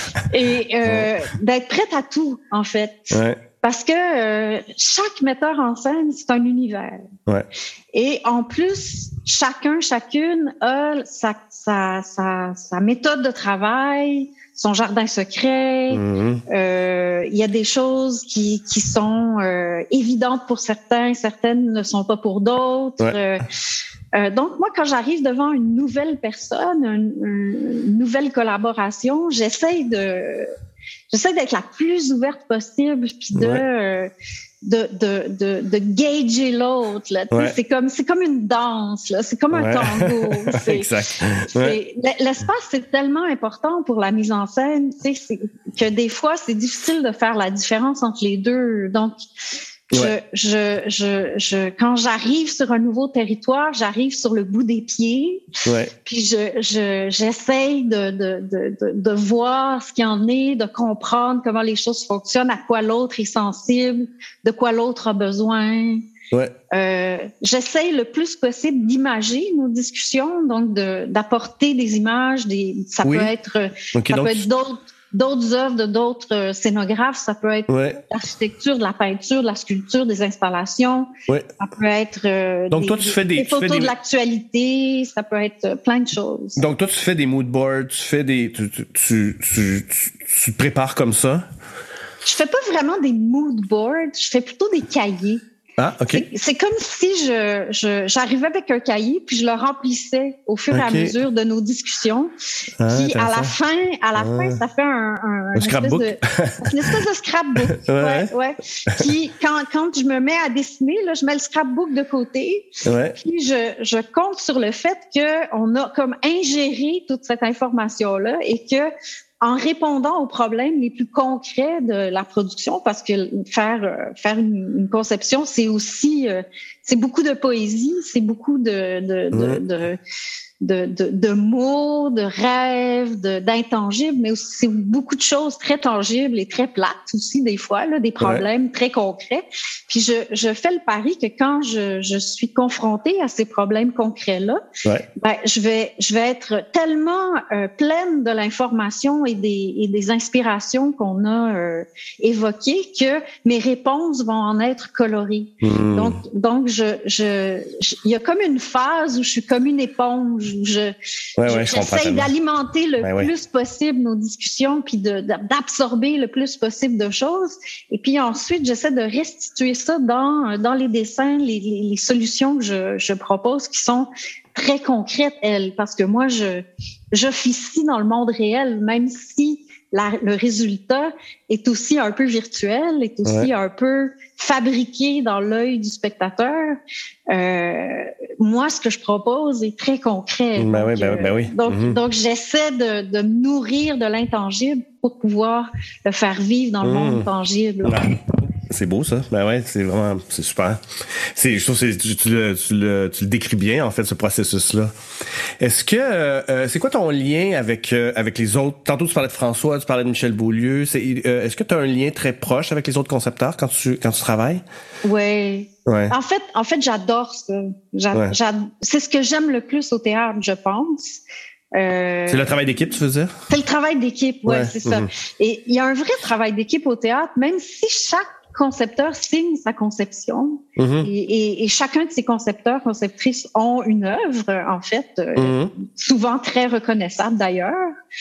Et euh, ouais. d'être prête à tout, en fait. Ouais. Parce que euh, chaque metteur en scène, c'est un univers. Ouais. Et en plus, chacun, chacune a sa, sa, sa, sa méthode de travail, son jardin secret. Mm-hmm. Euh, il y a des choses qui, qui sont euh, évidentes pour certains, certaines ne sont pas pour d'autres. Ouais. Euh, euh, donc, moi, quand j'arrive devant une nouvelle personne, une, une nouvelle collaboration, j'essaye de... J'essaie d'être la plus ouverte possible, puis de, ouais. de, de, de, de gager l'autre. Là. Ouais. C'est comme, c'est comme une danse, là. C'est comme un ouais. tango. C'est, exact. Ouais. C'est, l'espace, c'est tellement important pour la mise en scène, tu sais, c'est, que des fois, c'est difficile de faire la différence entre les deux. Donc, ouais. je, je, je, je, quand j'arrive sur un nouveau territoire, j'arrive sur le bout des pieds. Ouais. Puis je, je, j'essaye de, de, de, de, de voir ce qu'il y en est, de comprendre comment les choses fonctionnent, à quoi l'autre est sensible, de quoi l'autre a besoin. Ouais. Euh, j'essaye le plus possible d'imager nos discussions, donc de, d'apporter des images. Des, ça oui. peut être, okay, ça donc peut être d'autres, d'autres œuvres de d'autres scénographes. Ça peut être ouais. l'architecture, de la peinture, de la sculpture, des installations. Ouais. Ça peut être euh, donc des, toi, tu fais des, des tu photos fais des... de l'actualité. Ça peut être plein de choses. Donc toi, tu fais des mood boards, tu fais des, tu, tu, tu, tu, tu, tu te prépares comme ça. Je fais pas vraiment des mood boards. Je fais plutôt des cahiers. Ah, ok. C'est, c'est comme si je, je j'arrivais avec un cahier puis je le remplissais au fur okay. et à mesure de nos discussions. Ah, puis à la fin, à la ah. fin, ça fait un, un, un scrapbook. Espèce de, une espèce de scrapbook. ouais. ouais, ouais. Puis quand quand je me mets à dessiner, là, je mets le scrapbook de côté. Ouais. Puis je je compte sur le fait que on a comme ingéré toute cette information là et que en répondant aux problèmes les plus concrets de la production, parce que faire euh, faire une, une conception, c'est aussi euh, c'est beaucoup de poésie, c'est beaucoup de de de, mmh. de De, de, de mots, de rêves, de, d'intangibles, mais aussi c'est beaucoup de choses très tangibles et très plates aussi des fois, là, des problèmes ouais. très concrets. Puis je, je fais le pari que quand je, je suis confrontée à ces problèmes concrets-là, ouais. ben, je vais je vais être tellement euh, pleine de l'information et des, et des inspirations qu'on a euh, évoquées que mes réponses vont en être colorées. Mmh. Donc donc je je il y a comme une phase où je suis comme une éponge. Je, ouais, ouais, je j'essaie d'alimenter le ben, plus ouais. possible nos discussions puis de, de, d'absorber le plus possible de choses. Et puis ensuite, j'essaie de restituer ça dans, dans les dessins, les, les, les solutions que je, je propose qui sont très concrètes, elles. Parce que moi, je, j'officie dans le monde réel, même si la, le résultat est aussi un peu virtuel, est aussi ouais. un peu fabriqué dans l'œil du spectateur. Euh, moi, ce que je propose est très concret. Ben donc, oui, ben, ben oui. donc, mm-hmm. donc, j'essaie de, de me nourrir de l'intangible pour pouvoir le faire vivre dans le mmh. monde tangible. Ben, c'est beau, ça. Ben ouais, c'est vraiment, c'est super. C'est, je trouve que tu, tu, le, tu, le, tu le décris bien, en fait, ce processus-là. Est-ce que, euh, c'est quoi ton lien avec, euh, avec les autres? Tantôt, tu parlais de François, tu parlais de Michel Beaulieu. C'est, euh, est-ce que tu as un lien très proche avec les autres concepteurs quand tu, quand tu travailles? Oui. Ouais. En fait, en fait, j'adore ça. J'a, ouais. j'adore, c'est ce que j'aime le plus au théâtre, je pense. Euh, c'est le travail d'équipe, tu veux dire? C'est le travail d'équipe, ouais, ouais. c'est ça. Mm-hmm. Et il y a un vrai travail d'équipe au théâtre, même si chaque concepteur signe sa conception mm-hmm. et, et, et chacun de ces concepteurs, conceptrices ont une œuvre, en fait, mm-hmm. souvent très reconnaissable d'ailleurs.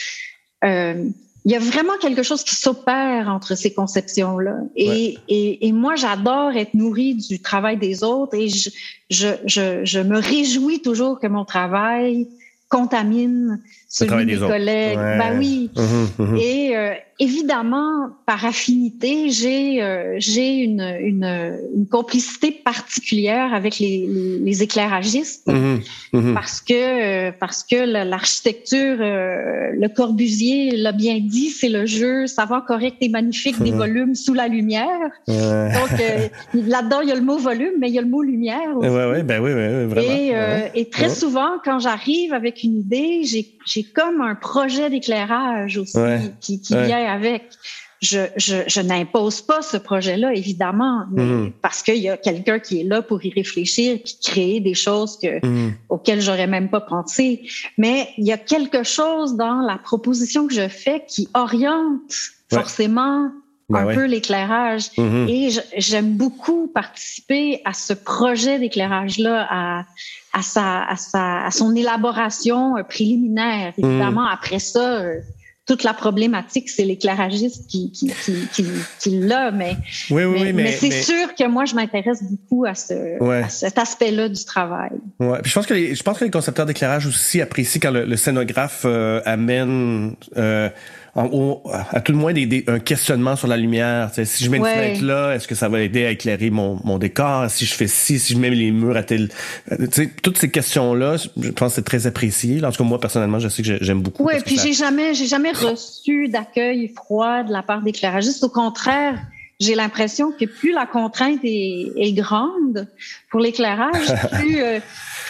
Euh, il y a vraiment quelque chose qui s'opère entre ces conceptions-là. Et, ouais. et, et moi, j'adore être nourrie du travail des autres et je, je, je, je me réjouis toujours que mon travail contamine celui des, des collègues. Ouais. Ben oui. Mmh, mmh. Et euh, évidemment, par affinité, j'ai euh, j'ai une, une une complicité particulière avec les les, les éclairagistes mmh, mmh. parce que euh, parce que l'architecture, euh, le Corbusier l'a bien dit, c'est le jeu savant, correct et magnifique mmh. des volumes sous la lumière. Ouais. Donc euh, là-dedans, il y a le mot volume, mais il y a le mot lumière aussi. Ouais, ouais, ben oui, ouais, vraiment. Et, euh, ouais. et très ouais. souvent, quand j'arrive avec une idée, j'ai j'ai comme un projet d'éclairage aussi ouais. qui, qui ouais. vient avec. Je, je, je n'impose pas ce projet-là, évidemment, mais mmh. parce qu'il y a quelqu'un qui est là pour y réfléchir, qui crée des choses que, mmh. auxquelles j'aurais même pas pensé. Mais il y a quelque chose dans la proposition que je fais qui oriente ouais. forcément ben un ouais. peu l'éclairage. Mmh. Et je, j'aime beaucoup participer à ce projet d'éclairage-là, à, à sa, à sa, à son élaboration préliminaire. Évidemment, mmh. après ça, euh, toute la problématique, c'est l'éclairagiste qui, qui, qui, qui, qui l'a, mais, oui, oui, mais, mais, mais c'est mais... sûr que moi, je m'intéresse beaucoup à, ce, ouais. à cet aspect-là du travail. Ouais. Puis je pense que les, je pense que les concepteurs d'éclairage aussi apprécient quand le, le scénographe euh, amène euh, en, au, à tout le moins des, des, un questionnement sur la lumière. T'sais, si je mets une ouais. fenêtre là, est-ce que ça va aider à éclairer mon, mon décor? Si je fais ci, si je mets les murs à tel... T'sais, toutes ces questions-là, je pense que c'est très apprécié. En tout cas, moi, personnellement, je sais que j'aime beaucoup. Oui, puis ça... j'ai jamais, j'ai jamais reçu d'accueil froid de la part d'éclairagistes. Au contraire, j'ai l'impression que plus la contrainte est, est grande pour l'éclairage, plus... Euh,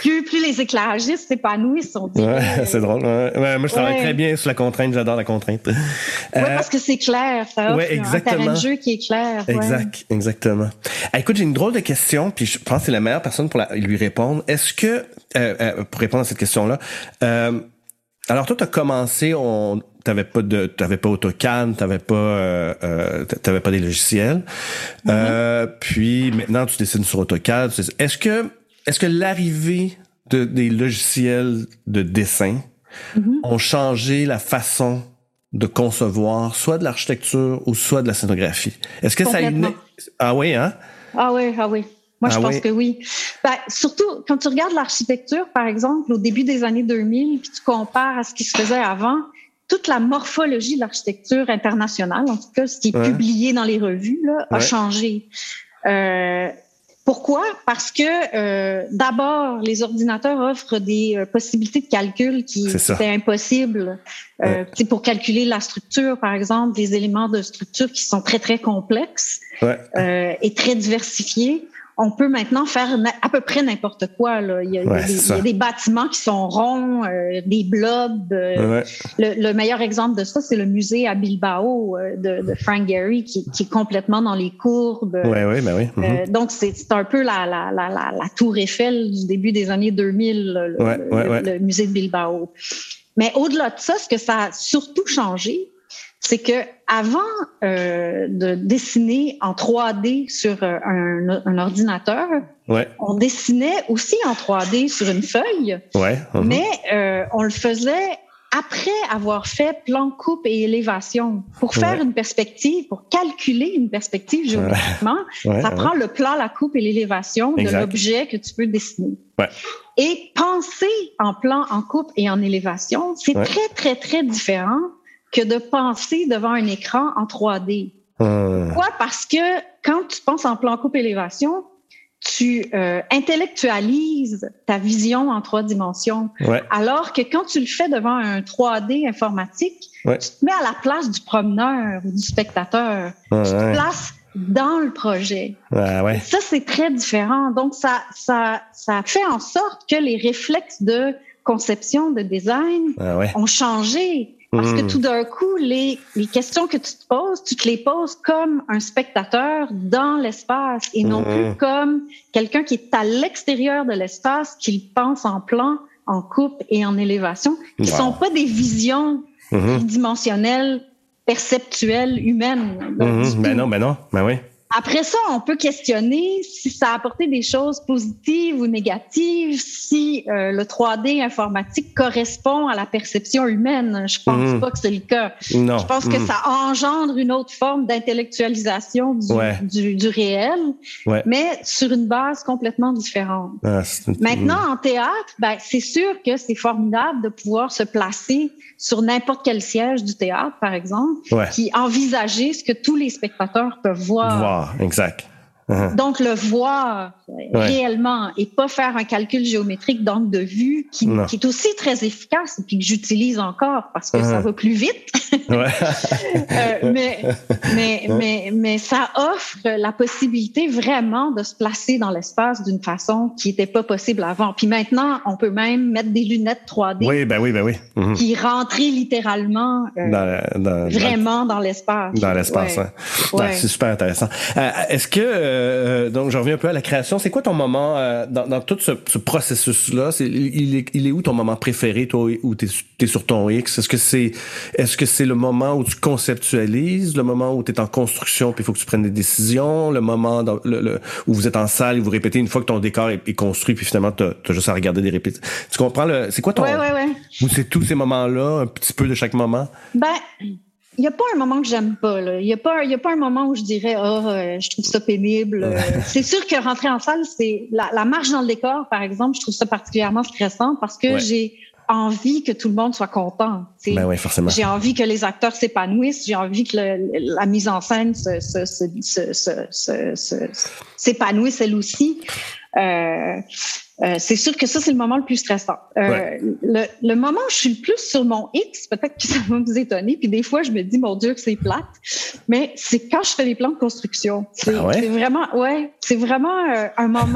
plus, plus les éclairagistes s'épanouissent, on dirait. Ouais, c'est drôle. Ouais. Ouais, moi, je travaille ouais. très bien sur la contrainte. J'adore la contrainte. Oui, euh, parce que c'est clair. Ça offre ouais, un terrain de jeu qui est clair. Exact, ouais. exactement. Ah, écoute, j'ai une drôle de question, puis je pense que c'est la meilleure personne pour la, lui répondre. Est-ce que, euh, euh, pour répondre à cette question-là, euh, alors toi, tu as commencé, on t'avais pas de, t'avais pas AutoCAD, t'avais pas, euh, euh, t'avais pas des logiciels. Mm-hmm. Euh, puis maintenant, tu dessines sur AutoCAD. Est-ce que, est-ce que l'arrivée de des logiciels de dessin mm-hmm. ont changé la façon de concevoir soit de l'architecture ou soit de la scénographie? Est-ce que ça a une... Ah oui, hein? Ah oui, ah oui. Moi, je ah pense oui. que oui. Ben, surtout, quand tu regardes l'architecture, par exemple, au début des années deux mille, puis tu compares à ce qui se faisait avant, toute la morphologie de l'architecture internationale, en tout cas, ce qui est ouais. publié dans les revues, là, a ouais. changé. Euh, pourquoi? Parce que, euh, d'abord, les ordinateurs offrent des euh, possibilités de calcul qui étaient impossibles. Euh, ouais. Pour calculer la structure, par exemple, des éléments de structure qui sont très, très complexes ouais. euh, et très diversifiés. On peut maintenant faire à peu près n'importe quoi. Là. Il, y a, ouais, il, y a des, il y a des bâtiments qui sont ronds, euh, des blobs. Euh, ouais. le, le meilleur exemple de ça, c'est le musée à Bilbao euh, de, de Frank Gehry, qui, qui est complètement dans les courbes. Ouais, ouais, ben oui. Mm-hmm. Euh, donc, c'est, c'est un peu la, la, la, la, la tour Eiffel du début des années deux mille, le, ouais, le, ouais, ouais. le musée de Bilbao. Mais au-delà de ça, ce que ça a surtout changé, c'est que avant euh, de dessiner en trois D sur euh, un, un ordinateur, ouais. on dessinait aussi en trois D sur une feuille, ouais. uh-huh. mais euh, on le faisait après avoir fait plan, coupe et élévation. Pour faire ouais. une perspective, pour calculer une perspective géométriquement, ouais. ça ouais. prend le plan, la coupe et l'élévation exact. de l'objet que tu peux dessiner. Ouais. Et penser en plan, en coupe et en élévation, c'est ouais. très, très, très différent que de penser devant un écran en trois D. Hum. Pourquoi? Parce que quand tu penses en plan coupe élévation, tu euh, intellectualises ta vision en trois dimensions. Ouais. Alors que quand tu le fais devant un trois D informatique, ouais. tu te mets à la place du promeneur ou du spectateur. Ouais, tu te ouais. places dans le projet. Ouais, ouais. Ça, c'est très différent. Donc, ça, ça, ça fait en sorte que les réflexes de conception, de design ouais, ouais. ont changé. Parce mmh. que tout d'un coup, les, les questions que tu te poses, tu te les poses comme un spectateur dans l'espace et non mmh. plus comme quelqu'un qui est à l'extérieur de l'espace, qui pense en plan, en coupe et en élévation, qui wow. sont pas des visions mmh. dimensionnelles, perceptuelles, humaines. Mmh. Ben non, ben non, ben oui. Après ça, on peut questionner si ça a apporté des choses positives ou négatives, si euh, le trois D informatique correspond à la perception humaine. Je pense mmh. pas que c'est le cas. Non. Je pense mmh. que ça engendre une autre forme d'intellectualisation du, ouais. du, du réel, ouais. mais sur une base complètement différente. Ah, Maintenant, en théâtre, ben, c'est sûr que c'est formidable de pouvoir se placer sur n'importe quel siège du théâtre, par exemple, ouais. qui envisager ce que tous les spectateurs peuvent voir. Voir. Exact. Uh-huh. Donc, le voir ouais. réellement et pas faire un calcul géométrique d'angle de vue qui, qui est aussi très efficace et puis que j'utilise encore parce que uh-huh. ça va plus vite. ouais. euh, mais, mais, ouais. mais, mais ça offre la possibilité vraiment de se placer dans l'espace d'une façon qui n'était pas possible avant. Puis maintenant, on peut même mettre des lunettes trois D oui, ben oui, ben oui. Uh-huh. qui rentrent littéralement euh, dans, dans, vraiment dans, dans l'espace. Dans l'espace, ouais. Hein. Ouais. Non, c'est super intéressant. Euh, est-ce que Euh, donc, je reviens un peu à la création. C'est quoi ton moment euh, dans, dans tout ce, ce processus-là? C'est, il, est, il est où ton moment préféré, toi, où t'es, t'es sur ton X? Est-ce que c'est, est-ce que c'est le moment où tu conceptualises, le moment où t'es en construction puis il faut que tu prennes des décisions, le moment dans, le, le, où vous êtes en salle et vous répétez une fois que ton décor est, est construit puis finalement t'as, t'as juste à regarder des répétitions? Tu comprends le, c'est quoi ton... Ouais, ouais, ouais. Ou c'est tous ces moments-là, un petit peu de chaque moment? Ben... Il n'y a pas un moment que j'aime pas. Il n'y a pas, il y a pas un moment où je dirais oh, euh, je trouve ça pénible. Euh, c'est sûr que rentrer en salle, c'est la, la marche dans le décor, par exemple, je trouve ça particulièrement stressant parce que ouais. j'ai envie que tout le monde soit content. Ben oui, forcément. J'ai envie que les acteurs s'épanouissent. J'ai envie que le, la mise en scène se, se, se, se, se, se, se, s'épanouisse elle aussi. Euh, Euh, c'est sûr que ça, c'est le moment le plus stressant. Euh, ouais. le, le moment où je suis le plus sur mon X, peut-être que ça va vous étonner, puis des fois, je me dis, mon Dieu, que c'est plate, mais c'est quand je fais les plans de construction. C'est, ah ouais? c'est vraiment, ouais, c'est vraiment euh, un moment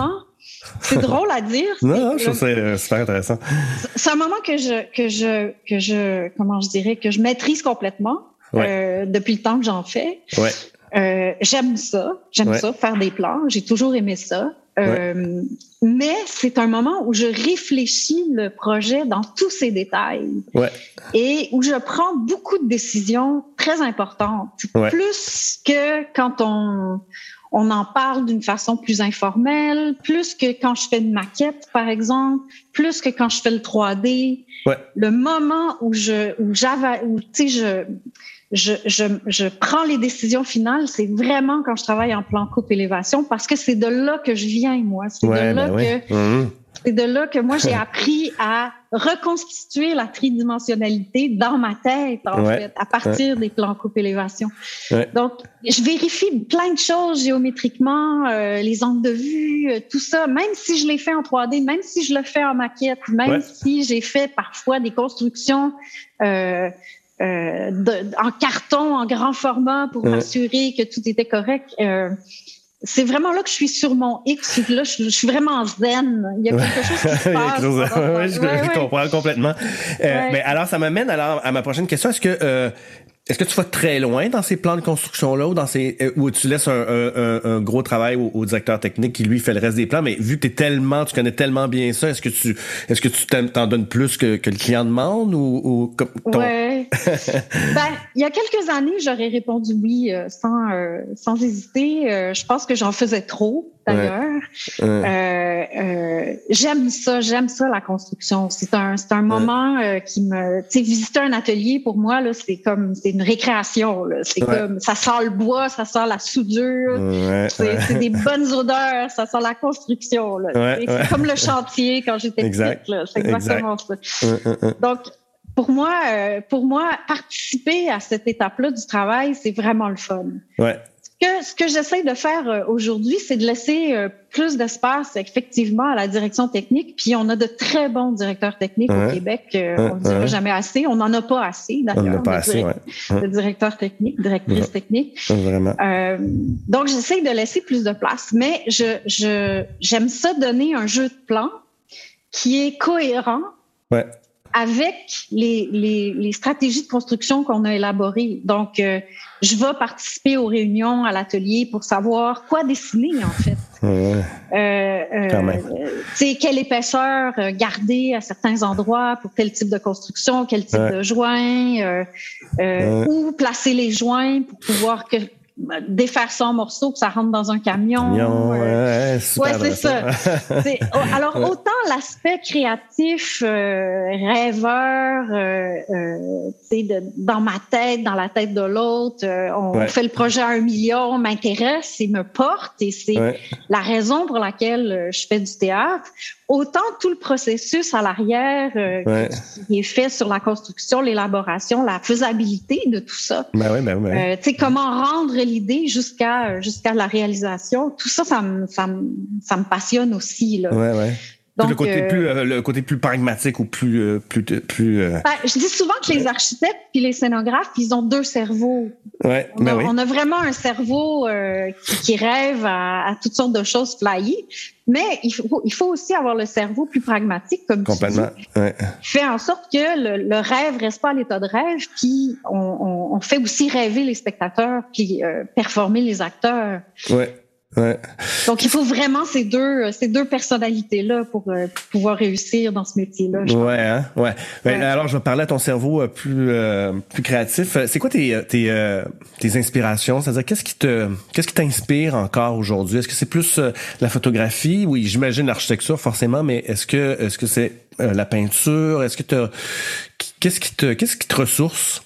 C'est drôle à dire. Non, non, je trouve ça euh, super intéressant. C'est un moment que je, que je, que je, comment je dirais, que je maîtrise complètement ouais. euh, depuis le temps que j'en fais. Ouais. Euh, j'aime ça, j'aime ouais. ça, faire des plans. J'ai toujours aimé ça. Euh, ouais. Mais c'est un moment où je réfléchis le projet dans tous ses détails ouais. et où je prends beaucoup de décisions très importantes, ouais. plus que quand on on en parle d'une façon plus informelle, plus que quand je fais une maquette, par exemple, plus que quand je fais le trois D. Ouais. Le moment où je où j'avais où tu sais je Je, je, je prends les décisions finales, c'est vraiment quand je travaille en plan coupe élévation parce que c'est de là que je viens, moi. C'est ouais, de là ben que, oui. mmh. c'est de là que moi, j'ai appris à reconstituer la tridimensionnalité dans ma tête, en ouais. fait, à partir ouais. des plans coupe élévation. Ouais. Donc, je vérifie plein de choses géométriquement, euh, les angles de vue, euh, tout ça, même si je l'ai fait en trois D, même si je le fais en maquette, même ouais. si j'ai fait parfois des constructions, euh, Euh, de, en carton, en grand format pour ouais. m'assurer que tout était correct. Euh, c'est vraiment là que je suis sur mon X. Là, je, je suis vraiment zen. Il y a quelque chose qui se passe. Oui, je, ouais, je comprends ouais. complètement. Euh, ouais. Mais alors, ça m'amène alors à ma prochaine question. Est-ce que euh, est-ce que tu vas très loin dans ces plans de construction-là ou dans ces euh, où tu laisses un, un, un gros travail au, au directeur technique qui lui fait le reste des plans, mais vu que t'es tellement, tu connais tellement bien ça, est-ce que tu est-ce que tu t'en donnes plus que, que le client demande ou, ou comme ton... Ouais. Ben, il y a quelques années, j'aurais répondu oui euh, sans euh, sans hésiter. Euh, je pense que j'en faisais trop. D'ailleurs, ouais. euh, euh, j'aime ça, j'aime ça la construction. C'est un, c'est un moment euh, qui me, tu sais, visiter un atelier pour moi là, c'est comme, c'est une récréation là. C'est ouais. comme, ça sent le bois, ça sent la soudure, ouais, c'est, ouais. c'est des bonnes odeurs, ça sent la construction là. Ouais, c'est, ouais. c'est comme le chantier quand j'étais exact. petite là. C'est exactement exact. ça. Ouais, ouais, ouais. Donc pour moi, euh, pour moi, participer à cette étape-là du travail, c'est vraiment le fun. Ouais. Que, ce que j'essaie de faire euh, aujourd'hui, c'est de laisser euh, plus d'espace effectivement à la direction technique. Puis on a de très bons directeurs techniques ouais. au Québec. Euh, ouais. On ne dira ouais. jamais assez. On n'en a pas assez d'ailleurs. On n'en a pas assez, direct, ouais. De directeurs techniques, directrices ouais. techniques. Vraiment. Euh, donc j'essaie de laisser plus de place, mais je, je j'aime ça donner un jeu de plan qui est cohérent. Ouais. Avec les, les, les stratégies de construction qu'on a élaborées. Donc, euh, je vais participer aux réunions à l'atelier pour savoir quoi dessiner, en fait. Ouais. Euh, euh, tu sais, quelle épaisseur garder à certains endroits pour tel type de construction, quel type ouais. de joint, euh, euh, ouais. où placer les joints pour pouvoir que défaire ça en morceaux que ça rentre dans un camion. camion euh, ouais, super ouais, c'est ça. c'est, alors, ouais. autant l'aspect créatif, euh, rêveur, euh, euh, tu sais, de, dans ma tête, dans la tête de l'autre, euh, on ouais. fait le projet à un million, m'intéresse et me porte, et c'est ouais. la raison pour laquelle je fais du théâtre. Autant tout le processus à l'arrière euh, ouais. qui est fait sur la construction, l'élaboration, la faisabilité de tout ça. Ben oui, ben oui. Ben. Euh, tu sais, comment rendre l'idée jusqu'à jusqu'à la réalisation. Tout ça, ça me ça me ça me passionne aussi là. Ouais, ouais. Donc, le côté euh, plus euh, le côté plus pragmatique ou plus euh, plus plus. Euh... Ben, je dis souvent que les architectes puis les scénographes, ils ont deux cerveaux. Ouais, on, ben a, oui. on a vraiment un cerveau euh, qui, qui rêve à, à toutes sortes de choses flyées, mais il faut il faut aussi avoir le cerveau plus pragmatique comme complètement. Tu dis, ouais. fait en sorte que le, le rêve reste pas à l'état de rêve, puis on, on, on fait aussi rêver les spectateurs puis euh, performer les acteurs. Ouais. Ouais. Donc, il faut vraiment ces deux, ces deux personnalités-là pour, euh, pour pouvoir réussir dans ce métier-là. Ouais, hein? ouais, ouais. Alors, je vais parler à ton cerveau euh, plus euh, plus créatif. C'est quoi tes tes euh, tes inspirations? C'est-à-dire, qu'est-ce qui te qu'est-ce qui t'inspire encore aujourd'hui? Est-ce que c'est plus euh, la photographie? Oui, j'imagine l'architecture forcément, mais est-ce que est-ce que c'est euh, la peinture? Est-ce que t'as qu'est-ce qui te qu'est-ce qui te ressource?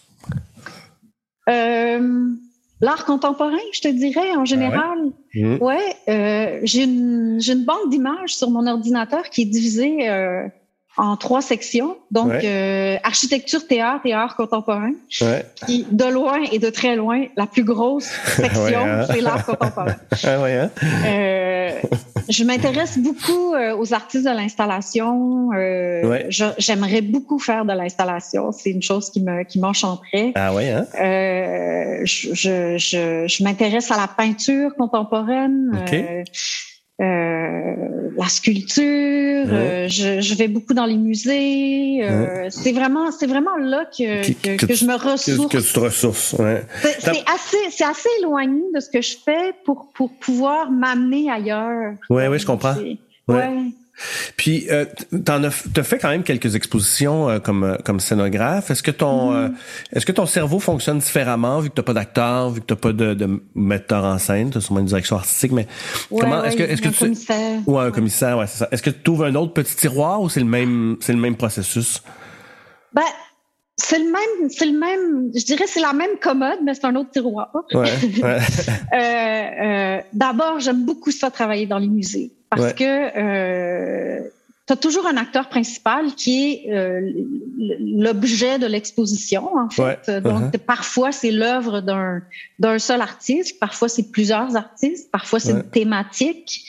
Euh... L'art contemporain, je te dirais, en général. Ah ouais, mmh. ouais euh, j'ai une j'ai une banque d'images sur mon ordinateur qui est divisée euh, en trois sections. Donc, ouais. euh, architecture, théâtre et art contemporain. Ouais. Qui, de loin et de très loin, la plus grosse section, ouais, hein? C'est l'art contemporain. Ah ouais, hein? euh, je m'intéresse beaucoup euh, aux artistes de l'installation. Euh, ouais. je, j'aimerais beaucoup faire de l'installation. C'est une chose qui me qui m'enchanterait. Ah ouais, hein? Euh, je, je, je, je m'intéresse à la peinture contemporaine. Okay. Euh, euh, la sculpture. Mmh. Euh, je, je vais beaucoup dans les musées. Euh, mmh. C'est vraiment, c'est vraiment là que que, que, que, que je me ressource. Que, que tu te ressources. Ouais. C'est, c'est assez, c'est assez éloigné de ce que je fais pour pour pouvoir m'amener ailleurs. Ouais, oui, je comprends. Ouais. ouais. Puis, euh, t'en as, t'as fait quand même quelques expositions euh, comme comme scénographe. Est-ce que ton, mm. euh, est-ce que ton cerveau fonctionne différemment vu que t'as pas d'acteur, vu que t'as pas de, de metteur en scène, t'as sûrement une direction artistique, mais ouais, comment, ouais, est-ce que, est-ce que un tu, commissaire. ouais, un commissaire, ouais, c'est ça. Est-ce que tu ouvres un autre petit tiroir ou c'est le même, c'est le même processus? Ben. C'est le même, c'est le même, je dirais c'est la même commode, mais c'est un autre tiroir. Ouais, ouais. euh, euh, d'abord, j'aime beaucoup ça travailler dans les musées parce ouais. que euh, tu as toujours un acteur principal qui est euh, l'objet de l'exposition, en fait. Ouais. Donc, uh-huh. parfois, c'est l'œuvre d'un, d'un seul artiste, parfois, c'est plusieurs artistes, parfois, c'est ouais. une thématique.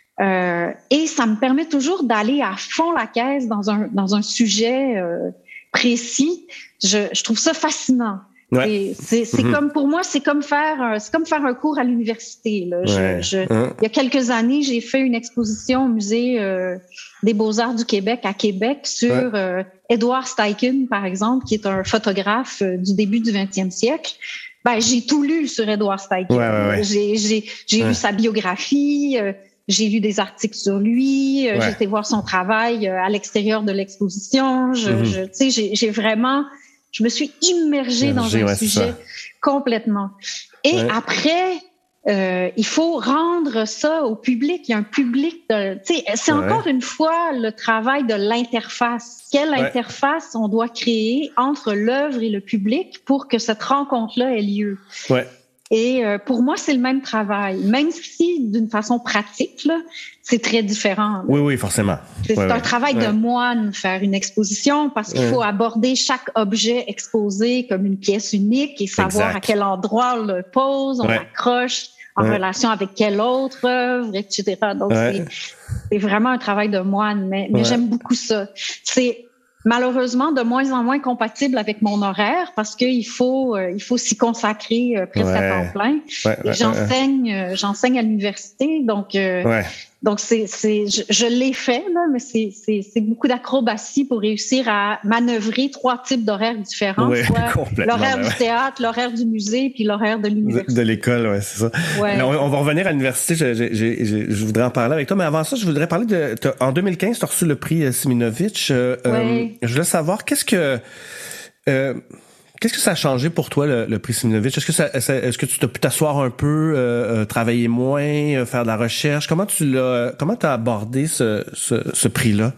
Euh, et ça me permet toujours d'aller à fond la caisse dans un, dans un sujet euh, précis. Je, je trouve ça fascinant. Ouais. C'est, c'est, c'est mm-hmm. comme, pour moi, c'est comme faire, c'est comme faire un cours à l'université, là. Ouais. Je, je, hein? Il y a quelques années, j'ai fait une exposition au musée euh, des Beaux-Arts du Québec à Québec sur ouais. euh, Edward Steichen, par exemple, qui est un photographe euh, du début du vingtième siècle. Ben, j'ai tout lu sur Edward Steichen. Ouais, ouais, ouais. J'ai, j'ai, j'ai ouais. lu sa biographie, euh, j'ai lu des articles sur lui, euh, ouais. j'ai été voir son travail euh, à l'extérieur de l'exposition. Je, mm-hmm. je, tu sais, j'ai, j'ai vraiment, je me suis immergée dans un ouais, sujet complètement. Et ouais. après, euh, il faut rendre ça au public. Il y a un public de, tu sais, c'est ouais. encore une fois le travail de l'interface. Quelle ouais. interface on doit créer entre l'œuvre et le public pour que cette rencontre-là ait lieu. Ouais. Et euh, pour moi, c'est le même travail, même si d'une façon pratique, là, c'est très différent. Là. Oui, oui, forcément. C'est, ouais, c'est un ouais. travail ouais. de moine, faire une exposition, parce qu'il ouais. faut aborder chaque objet exposé comme une pièce unique et savoir exact. À quel endroit on le pose, on ouais. l'accroche, en ouais. relation avec quelle autre œuvre, et cetera. Donc, ouais. c'est, c'est vraiment un travail de moine, mais, mais ouais. j'aime beaucoup ça. C'est malheureusement de moins en moins compatible avec mon horaire parce qu'il faut euh, il faut s'y consacrer euh, presque ouais. à temps plein. Ouais, et ouais, j'enseigne ouais. Euh, j'enseigne à l'université, donc euh, ouais. donc c'est c'est je, je l'ai fait là, mais c'est c'est c'est beaucoup d'acrobatie pour réussir à manœuvrer trois types d'horaires différents, ouais, soit l'horaire ben du ouais. théâtre, l'horaire du musée, puis l'horaire de l'université. De, de l'école, ouais, c'est ça. Ouais. Alors, on va revenir à l'université. Je, je, je, je, je voudrais en parler avec toi, mais avant ça, je voudrais parler de. En deux mille quinze, tu as reçu le prix Siminovitch. Euh, ouais. euh, je voulais savoir qu'est-ce que. Euh, Qu'est-ce que ça a changé pour toi, le, le prix Siminovitch? Est-ce que ça, est-ce que tu t'as pu t'asseoir un peu, euh, travailler moins, euh, faire de la recherche? Comment tu l'as, comment t'as abordé ce, ce, ce prix-là?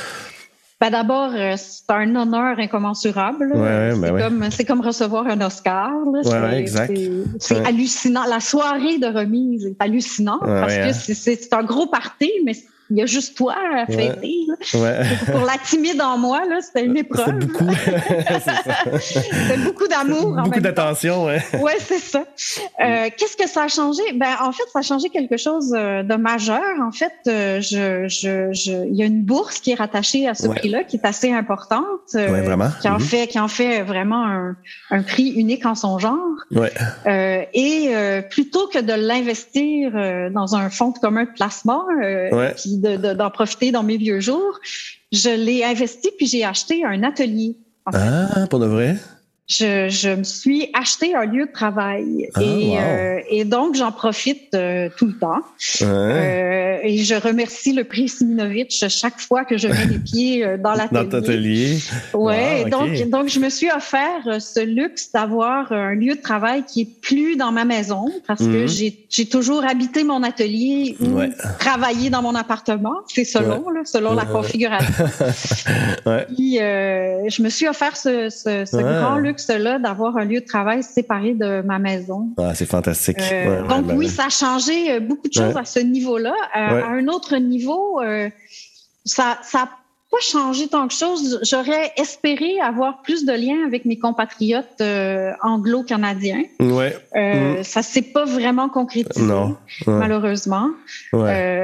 Ben d'abord, euh, c'est un honneur incommensurable. Ouais, c'est, ben ouais. comme, c'est comme recevoir un Oscar. Là. Ouais, c'est, ouais, exact. C'est, c'est ouais. hallucinant. La soirée de remise est hallucinante ouais, parce ouais. que c'est, c'est, c'est un gros party, mais il y a juste toi à fêter. Ouais. Ouais. Pour la timide en moi, là, c'était une épreuve. C'était beaucoup. c'est ça. C'était beaucoup d'amour. Beaucoup en même d'attention, temps. ouais. Ouais, c'est ça. Euh, qu'est-ce que ça a changé? Ben, en fait, ça a changé quelque chose de majeur. En fait, je, je, je, il y a une bourse qui est rattachée à ce ouais. prix-là, qui est assez importante. Euh, ouais, vraiment. Qui en mm-hmm. fait, qui en fait vraiment un, un prix unique en son genre. Ouais. Euh, et euh, plutôt que de l'investir euh, dans un fonds de commun de placement, euh, ouais. puis De, de, d'en profiter dans mes vieux jours, je l'ai investi puis j'ai acheté un atelier. En fait. Ah, pour de vrai? Je, je me suis acheté un lieu de travail ah, et, wow. euh, et donc j'en profite euh, tout le temps. Ouais. Euh, et je remercie le prix Siminovitch chaque fois que je mets les pieds euh, dans l'atelier. Dans ton atelier. Ouais. Wow, donc okay. donc je me suis offert ce luxe d'avoir un lieu de travail qui est plus dans ma maison parce mm-hmm. que j'ai j'ai toujours habité mon atelier ou ouais. travaillé dans mon appartement. C'est selon ouais. là, selon ouais. la configuration. ouais. Puis euh, je me suis offert ce ce, ce ouais. grand luxe là d'avoir un lieu de travail séparé de ma maison. Ah, c'est fantastique. Euh, ouais, donc ouais, oui, ouais. ça a changé beaucoup de choses ouais. à ce niveau-là. À, ouais. à un autre niveau, euh, ça ça a pas changé tant que chose. J'aurais espéré avoir plus de liens avec mes compatriotes euh, anglo-canadiens. Ouais. Euh, mmh. Ça s'est pas vraiment concrétisé, non. Ouais. malheureusement. Ouais. Euh,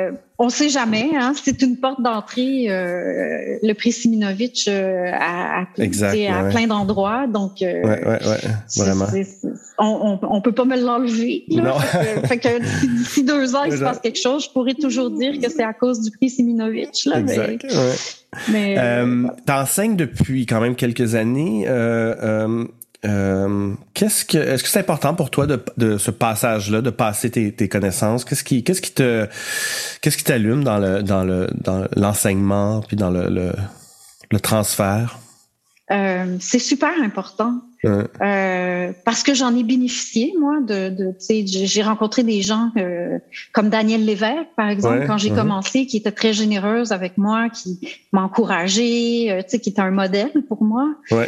on sait jamais, hein. C'est une porte d'entrée, euh, le prix Siminovitch euh, à, à, exact, ouais, à plein d'endroits. Donc, euh, ouais, ouais, ouais, vraiment. C'est, c'est, on, on, on peut pas me l'enlever. Là. Non. Fait que, fait que d'ici, d'ici deux ans, il se passe quelque chose, je pourrais toujours dire que c'est à cause du prix Siminovitch. Là, exact. Mais, ouais. mais euh, t'enseignes depuis quand même quelques années. Euh, euh, Euh, qu'est-ce que, est-ce que c'est important pour toi de, de ce passage-là, de passer tes, tes connaissances? Qu'est-ce qui, qu'est-ce qui te, qu'est-ce qui t'allume dans le, dans le, dans l'enseignement puis dans le, le, le transfert? Euh, c'est super important. Ouais. Euh, parce que j'en ai bénéficié, moi, de, de tu sais, j'ai rencontré des gens euh, comme Danielle Lévesque, par exemple, ouais, quand j'ai uh-huh. commencé, qui était très généreuse avec moi, qui m'a encouragée, euh, tu sais, qui était un modèle pour moi. Ouais.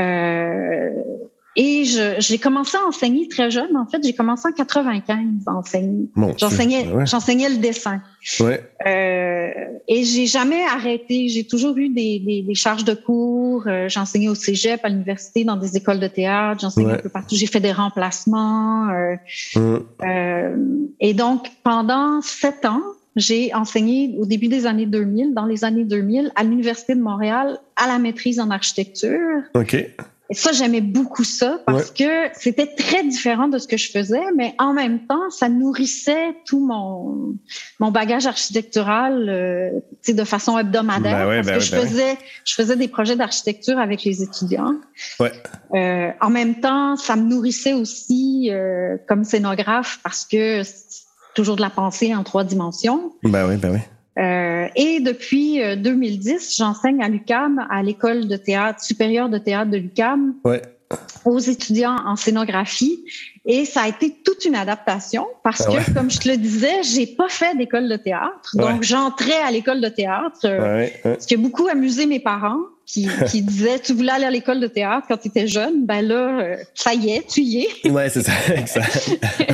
Euh, et je, j'ai commencé à enseigner très jeune. En fait, j'ai commencé en quatre-vingt-quinze à enseigner. Bon, j'enseignais, ouais. j'enseignais le dessin. Ouais. Euh, et j'ai jamais arrêté. J'ai toujours eu des, des, des charges de cours. Euh, j'ai enseigné au cégep, à l'université, dans des écoles de théâtre. J'ai enseigné ouais. un peu partout. J'ai fait des remplacements. Euh, mmh. euh, et donc, pendant sept ans, j'ai enseigné au début des années deux mille, dans les années deux mille, à l'Université de Montréal, à la maîtrise en architecture. OK. Et ça, j'aimais beaucoup ça parce ouais. que c'était très différent de ce que je faisais, mais en même temps, ça nourrissait tout mon mon bagage architectural, euh, tu sais, de façon hebdomadaire. Ben ouais, parce ben que ouais, je ben faisais, ouais. je faisais des projets d'architecture avec les étudiants. Ouais. Euh, en même temps, ça me nourrissait aussi euh, comme scénographe parce que toujours de la pensée en trois dimensions. Ben oui, ben oui. Euh, et depuis euh, deux mille dix, j'enseigne à l'U Q A M, à l'école de théâtre supérieure de théâtre de l'U Q A M, ouais. aux étudiants en scénographie. Et ça a été toute une adaptation parce ah ouais. que, comme je te le disais, j'ai pas fait d'école de théâtre. Donc, ouais. j'entrais à l'école de théâtre, euh, ouais, ouais. ce qui a beaucoup amusé mes parents qui, qui disaient, tu voulais aller à l'école de théâtre quand tu étais jeune, ben là, euh, ça y est, tu y es. Ouais, c'est ça, exact.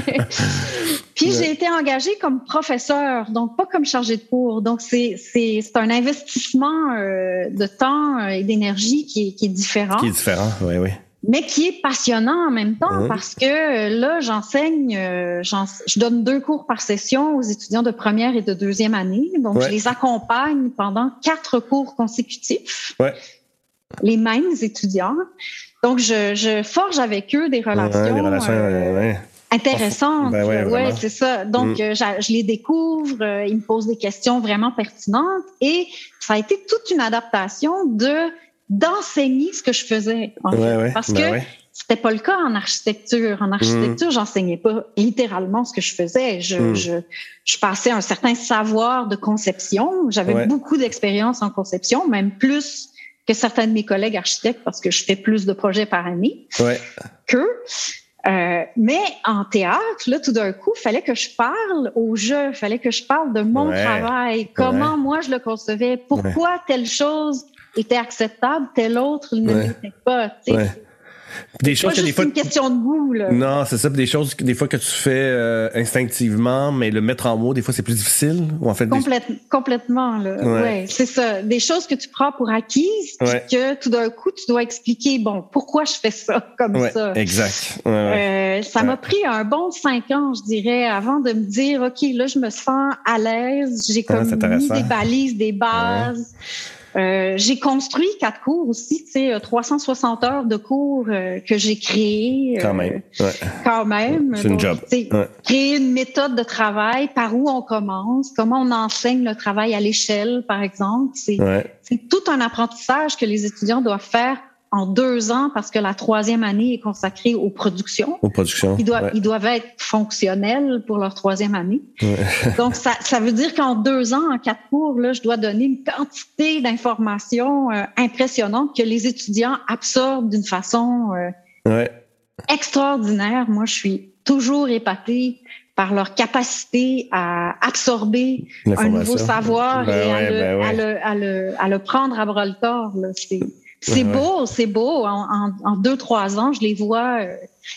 Puis ouais. j'ai été engagée comme professeur, donc pas comme chargée de cours. Donc c'est c'est c'est un investissement euh, de temps et d'énergie qui est qui est différent. Qui est différent, oui, oui. Mais qui est passionnant en même temps mmh. parce que là j'enseigne, euh, j'ense- je donne deux cours par session aux étudiants de première et de deuxième année. Donc ouais. je les accompagne pendant quatre cours consécutifs. Ouais. Les mêmes étudiants. Donc je je forge avec eux des relations. Ouais, des relations, euh, ouais. Intéressante, ben ouais, ouais, c'est ça. Donc, mm. euh, je les découvre, euh, ils me posent des questions vraiment pertinentes et ça a été toute une adaptation de d'enseigner ce que je faisais, en ouais, fait. Ouais, parce ben que ouais. c'était pas le cas en architecture. En architecture, mm. j'enseignais pas littéralement ce que je faisais. Je, mm. je, je passais un certain savoir de conception. J'avais ouais. beaucoup d'expérience en conception, même plus que certains de mes collègues architectes parce que je fais plus de projets par année ouais. qu'eux. Euh, mais en théâtre, là, tout d'un coup, fallait que je parle au jeu, fallait que je parle de mon ouais. travail, comment ouais. moi je le concevais, pourquoi ouais. telle chose était acceptable, telle autre ne ouais. l'était pas. Tu sais. Ouais. Des choses pas que juste des fois une question de goût, là. Non, c'est ça. Des choses que des fois que tu fais euh, instinctivement, mais le mettre en mots, des fois c'est plus difficile. Ou en fait, Complète, des... complètement, là. Ouais. ouais, c'est ça. Des choses que tu prends pour acquises, ouais. puis que tout d'un coup tu dois expliquer, bon, pourquoi je fais ça comme ouais, ça. Exact. Ouais, ouais. Euh, ça ouais. m'a pris un bon cinq ans, je dirais, avant de me dire, ok, là je me sens à l'aise, j'ai comme ah, mis des balises, des bases. Ouais. Euh, j'ai construit quatre cours aussi, tu sais, trois cent soixante heures de cours euh, que j'ai créés. Quand même, euh, ouais. Quand même. C'est une job. Ouais. Créer une méthode de travail, par où on commence, comment on enseigne le travail à l'échelle, par exemple. C'est, ouais. c'est tout un apprentissage que les étudiants doivent faire en deux ans parce que la troisième année est consacrée aux productions. Aux productions. Ils doivent, ouais. ils doivent être fonctionnels pour leur troisième année. Ouais. Donc, ça, ça veut dire qu'en deux ans, en quatre cours, là, je dois donner une quantité d'informations euh, impressionnantes que les étudiants absorbent d'une façon euh, ouais. extraordinaire. Moi, je suis toujours épatée par leur capacité à absorber un nouveau savoir ben et ouais, à, le, ben ouais. à, le, à, le, à le prendre à bras le corps. Là. C'est, c'est ouais. beau, c'est beau. En, en, en deux, trois ans, je les vois euh,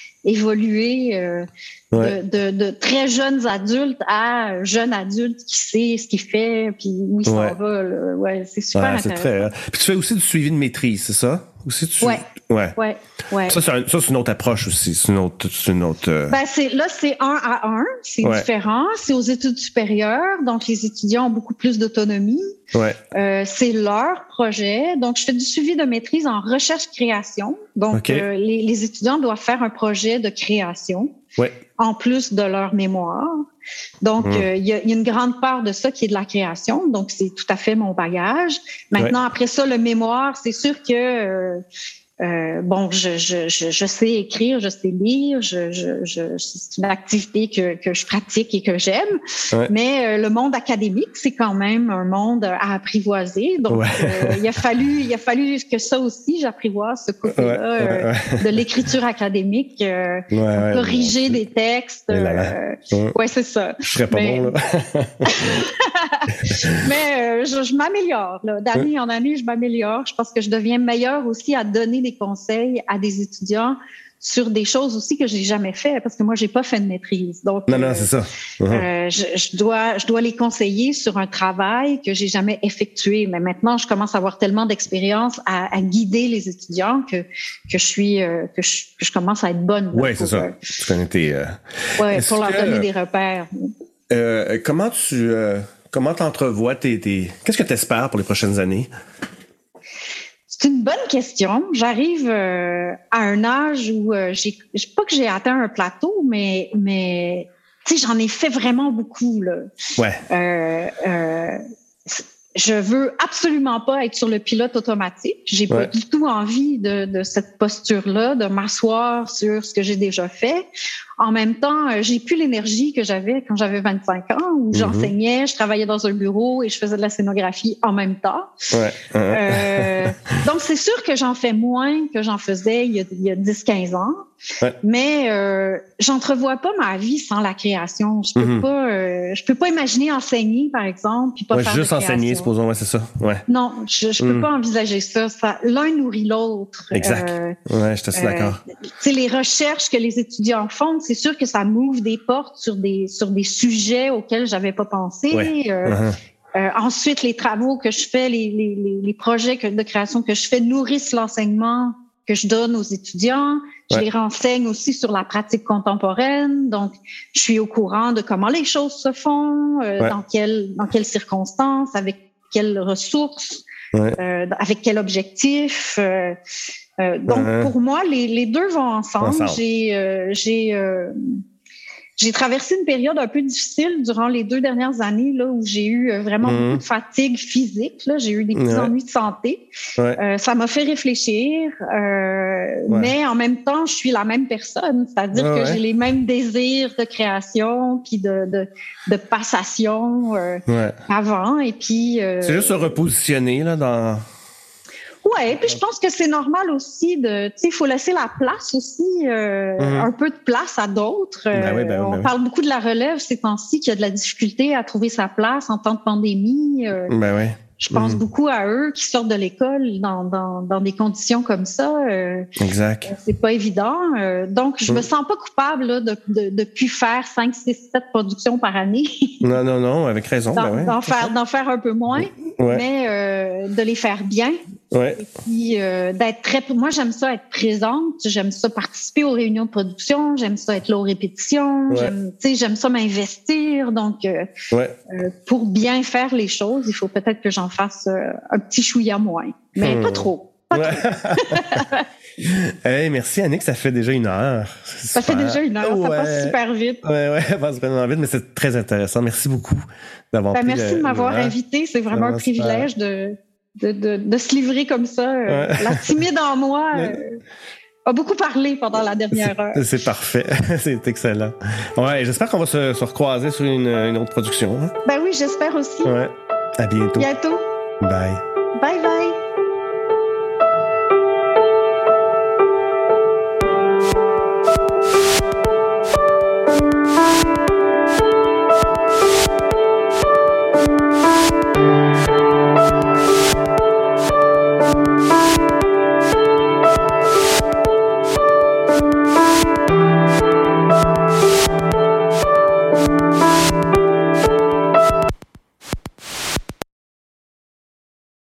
évoluer euh, ouais. de, de, de très jeunes adultes à jeunes adultes qui sait ce qu'il fait puis où il ouais. s'en va. Là. Ouais, c'est super ouais, intéressant. C'est très, hein. Puis tu fais aussi du suivi de maîtrise, c'est ça? Aussi tu... Ouais. Ouais. Ouais. Ouais. Ça, c'est, un, ça, c'est une autre approche aussi. C'est une autre. C'est une autre euh... ben, c'est, là, c'est un à un. C'est ouais. différent. C'est aux études supérieures. Donc, les étudiants ont beaucoup plus d'autonomie. Ouais. Euh, c'est leur projet. Donc, je fais du suivi de maîtrise en recherche-création. Donc, okay. euh, les, les étudiants doivent faire un projet de création. Ouais. En plus de leur mémoire. Donc, il mmh. euh, y, a, y a une grande part de ça qui est de la création. Donc, c'est tout à fait mon bagage. Maintenant, ouais. après ça, le mémoire, c'est sûr que... Euh, Euh, bon, je, je, je, je sais écrire, je sais lire, je, je, je, c'est une activité que, que je pratique et que j'aime. Ouais. Mais euh, le monde académique, c'est quand même un monde à apprivoiser. Donc, ouais. euh, il a fallu, il a fallu que ça aussi, j'apprivoise ce côté-là ouais. euh, ouais. de l'écriture académique, euh, ouais, ouais, corriger ouais. des textes. Euh, ouais. ouais, c'est ça. Je serais pas Mais... bon là. Mais euh, je, je m'améliore. Là. D'année ouais. en année, je m'améliore. Je pense que je deviens meilleure aussi à donner des conseils à des étudiants sur des choses aussi que j'ai jamais fait parce que moi j'ai pas fait de maîtrise. Donc non euh, non c'est ça. Uh-huh. Euh, je, je dois je dois les conseiller sur un travail que j'ai jamais effectué. Mais maintenant je commence à avoir tellement d'expérience à, à guider les étudiants que que je suis euh, que, je, que je commence à être bonne. Oui c'est ça. Euh, tu connais tes. Euh... Ouais pour leur que, donner des repères. Euh, comment tu euh, comment t'entrevois tes tes qu'est-ce que tu espères pour les prochaines années? C'est une bonne question. J'arrive euh, à un âge où euh, j'ai, pas que j'ai atteint un plateau, mais mais tu sais, j'en ai fait vraiment beaucoup là. Ouais. Euh, euh, je veux absolument pas être sur le pilote automatique. J'ai ouais. pas du tout envie de, de cette posture-là, de m'asseoir sur ce que j'ai déjà fait. En même temps, j'ai plus l'énergie que j'avais quand j'avais vingt-cinq ans, où mm-hmm. j'enseignais, je travaillais dans un bureau et je faisais de la scénographie en même temps. Ouais. Euh, donc, c'est sûr que j'en fais moins que j'en faisais il y a, il y a dix quinze ans. Ouais. Mais euh, j'entrevois pas ma vie sans la création. Je peux mm-hmm. pas, euh, je peux pas imaginer enseigner, par exemple, puis pas ouais, faire juste de enseigner, supposons, ouais, c'est ça. Ouais. Non, je, je peux mm. pas envisager ça. ça. L'un nourrit l'autre. Exact. Euh, ouais, je suis assez euh, d'accord. Tu sais, les recherches que les étudiants font, c'est sûr que ça m'ouvre des portes sur des sur des sujets auxquels j'avais pas pensé. Ouais. Euh, uh-huh. euh, ensuite, les travaux que je fais, les les les, les projets que, de création que je fais nourrissent l'enseignement que je donne aux étudiants. Je ouais. les renseigne aussi sur la pratique contemporaine. Donc, je suis au courant de comment les choses se font, euh, ouais. dans quelles dans quelles circonstances, avec quelles ressources, ouais. euh, avec quel objectif. Euh, euh, donc, ouais. pour moi, les les deux vont ensemble. ensemble. J'ai euh, j'ai euh, J'ai traversé une période un peu difficile durant les deux dernières années là où j'ai eu vraiment mmh. beaucoup de fatigue physique. Là, j'ai eu des petits ouais. ennuis de santé. Ouais. Euh, ça m'a fait réfléchir, euh, ouais. mais en même temps, je suis la même personne, c'est-à-dire ouais, que ouais. j'ai les mêmes désirs de création puis de de, de passation euh, ouais. avant. Et puis euh, c'est juste se repositionner là dans. Ouais, puis je pense que c'est normal aussi de, tu sais, il faut laisser la place aussi, euh, mm-hmm. un peu de place à d'autres. Ben oui, ben oui, on ben parle oui. beaucoup de la relève ces temps-ci, qu'il y a de la difficulté à trouver sa place en temps de pandémie. Euh, ben oui. Je pense mm-hmm. beaucoup à eux qui sortent de l'école dans dans dans des conditions comme ça. Euh, exact. C'est pas évident. Euh, donc je mm. me sens pas coupable là, de de de plus faire cinq, six, sept productions par année. non non non, avec raison. d'en, ben ouais. d'en faire d'en faire un peu moins, ouais. mais euh, de les faire bien. Ouais. Et puis euh, d'être très. Moi j'aime ça être présente. J'aime ça participer aux réunions de production. J'aime ça être là aux répétitions. Ouais. J'aime tu sais j'aime ça m'investir. Donc euh, ouais. euh, pour bien faire les choses, il faut peut-être que j'en fasse euh, un petit chouïa moins, mais hmm. pas trop. Pas ouais. trop. Hey, merci Annick, ça fait déjà une heure. C'est ça super. fait déjà une heure, ouais. ça passe super vite. Ouais, ouais, ça passe vraiment vite, mais c'est très intéressant. Merci beaucoup d'avoir ben, pris Merci le, de m'avoir le invité, c'est vraiment, vraiment un privilège de, de, de, de se livrer comme ça. Ouais. La timide en moi euh, a beaucoup parlé pendant la dernière c'est, heure. C'est parfait, c'est excellent. Ouais, j'espère qu'on va se, se recroiser sur une, une autre production. Hein? Ben oui, j'espère aussi. Ouais, à bientôt. Bientôt. Bye. Bye bye.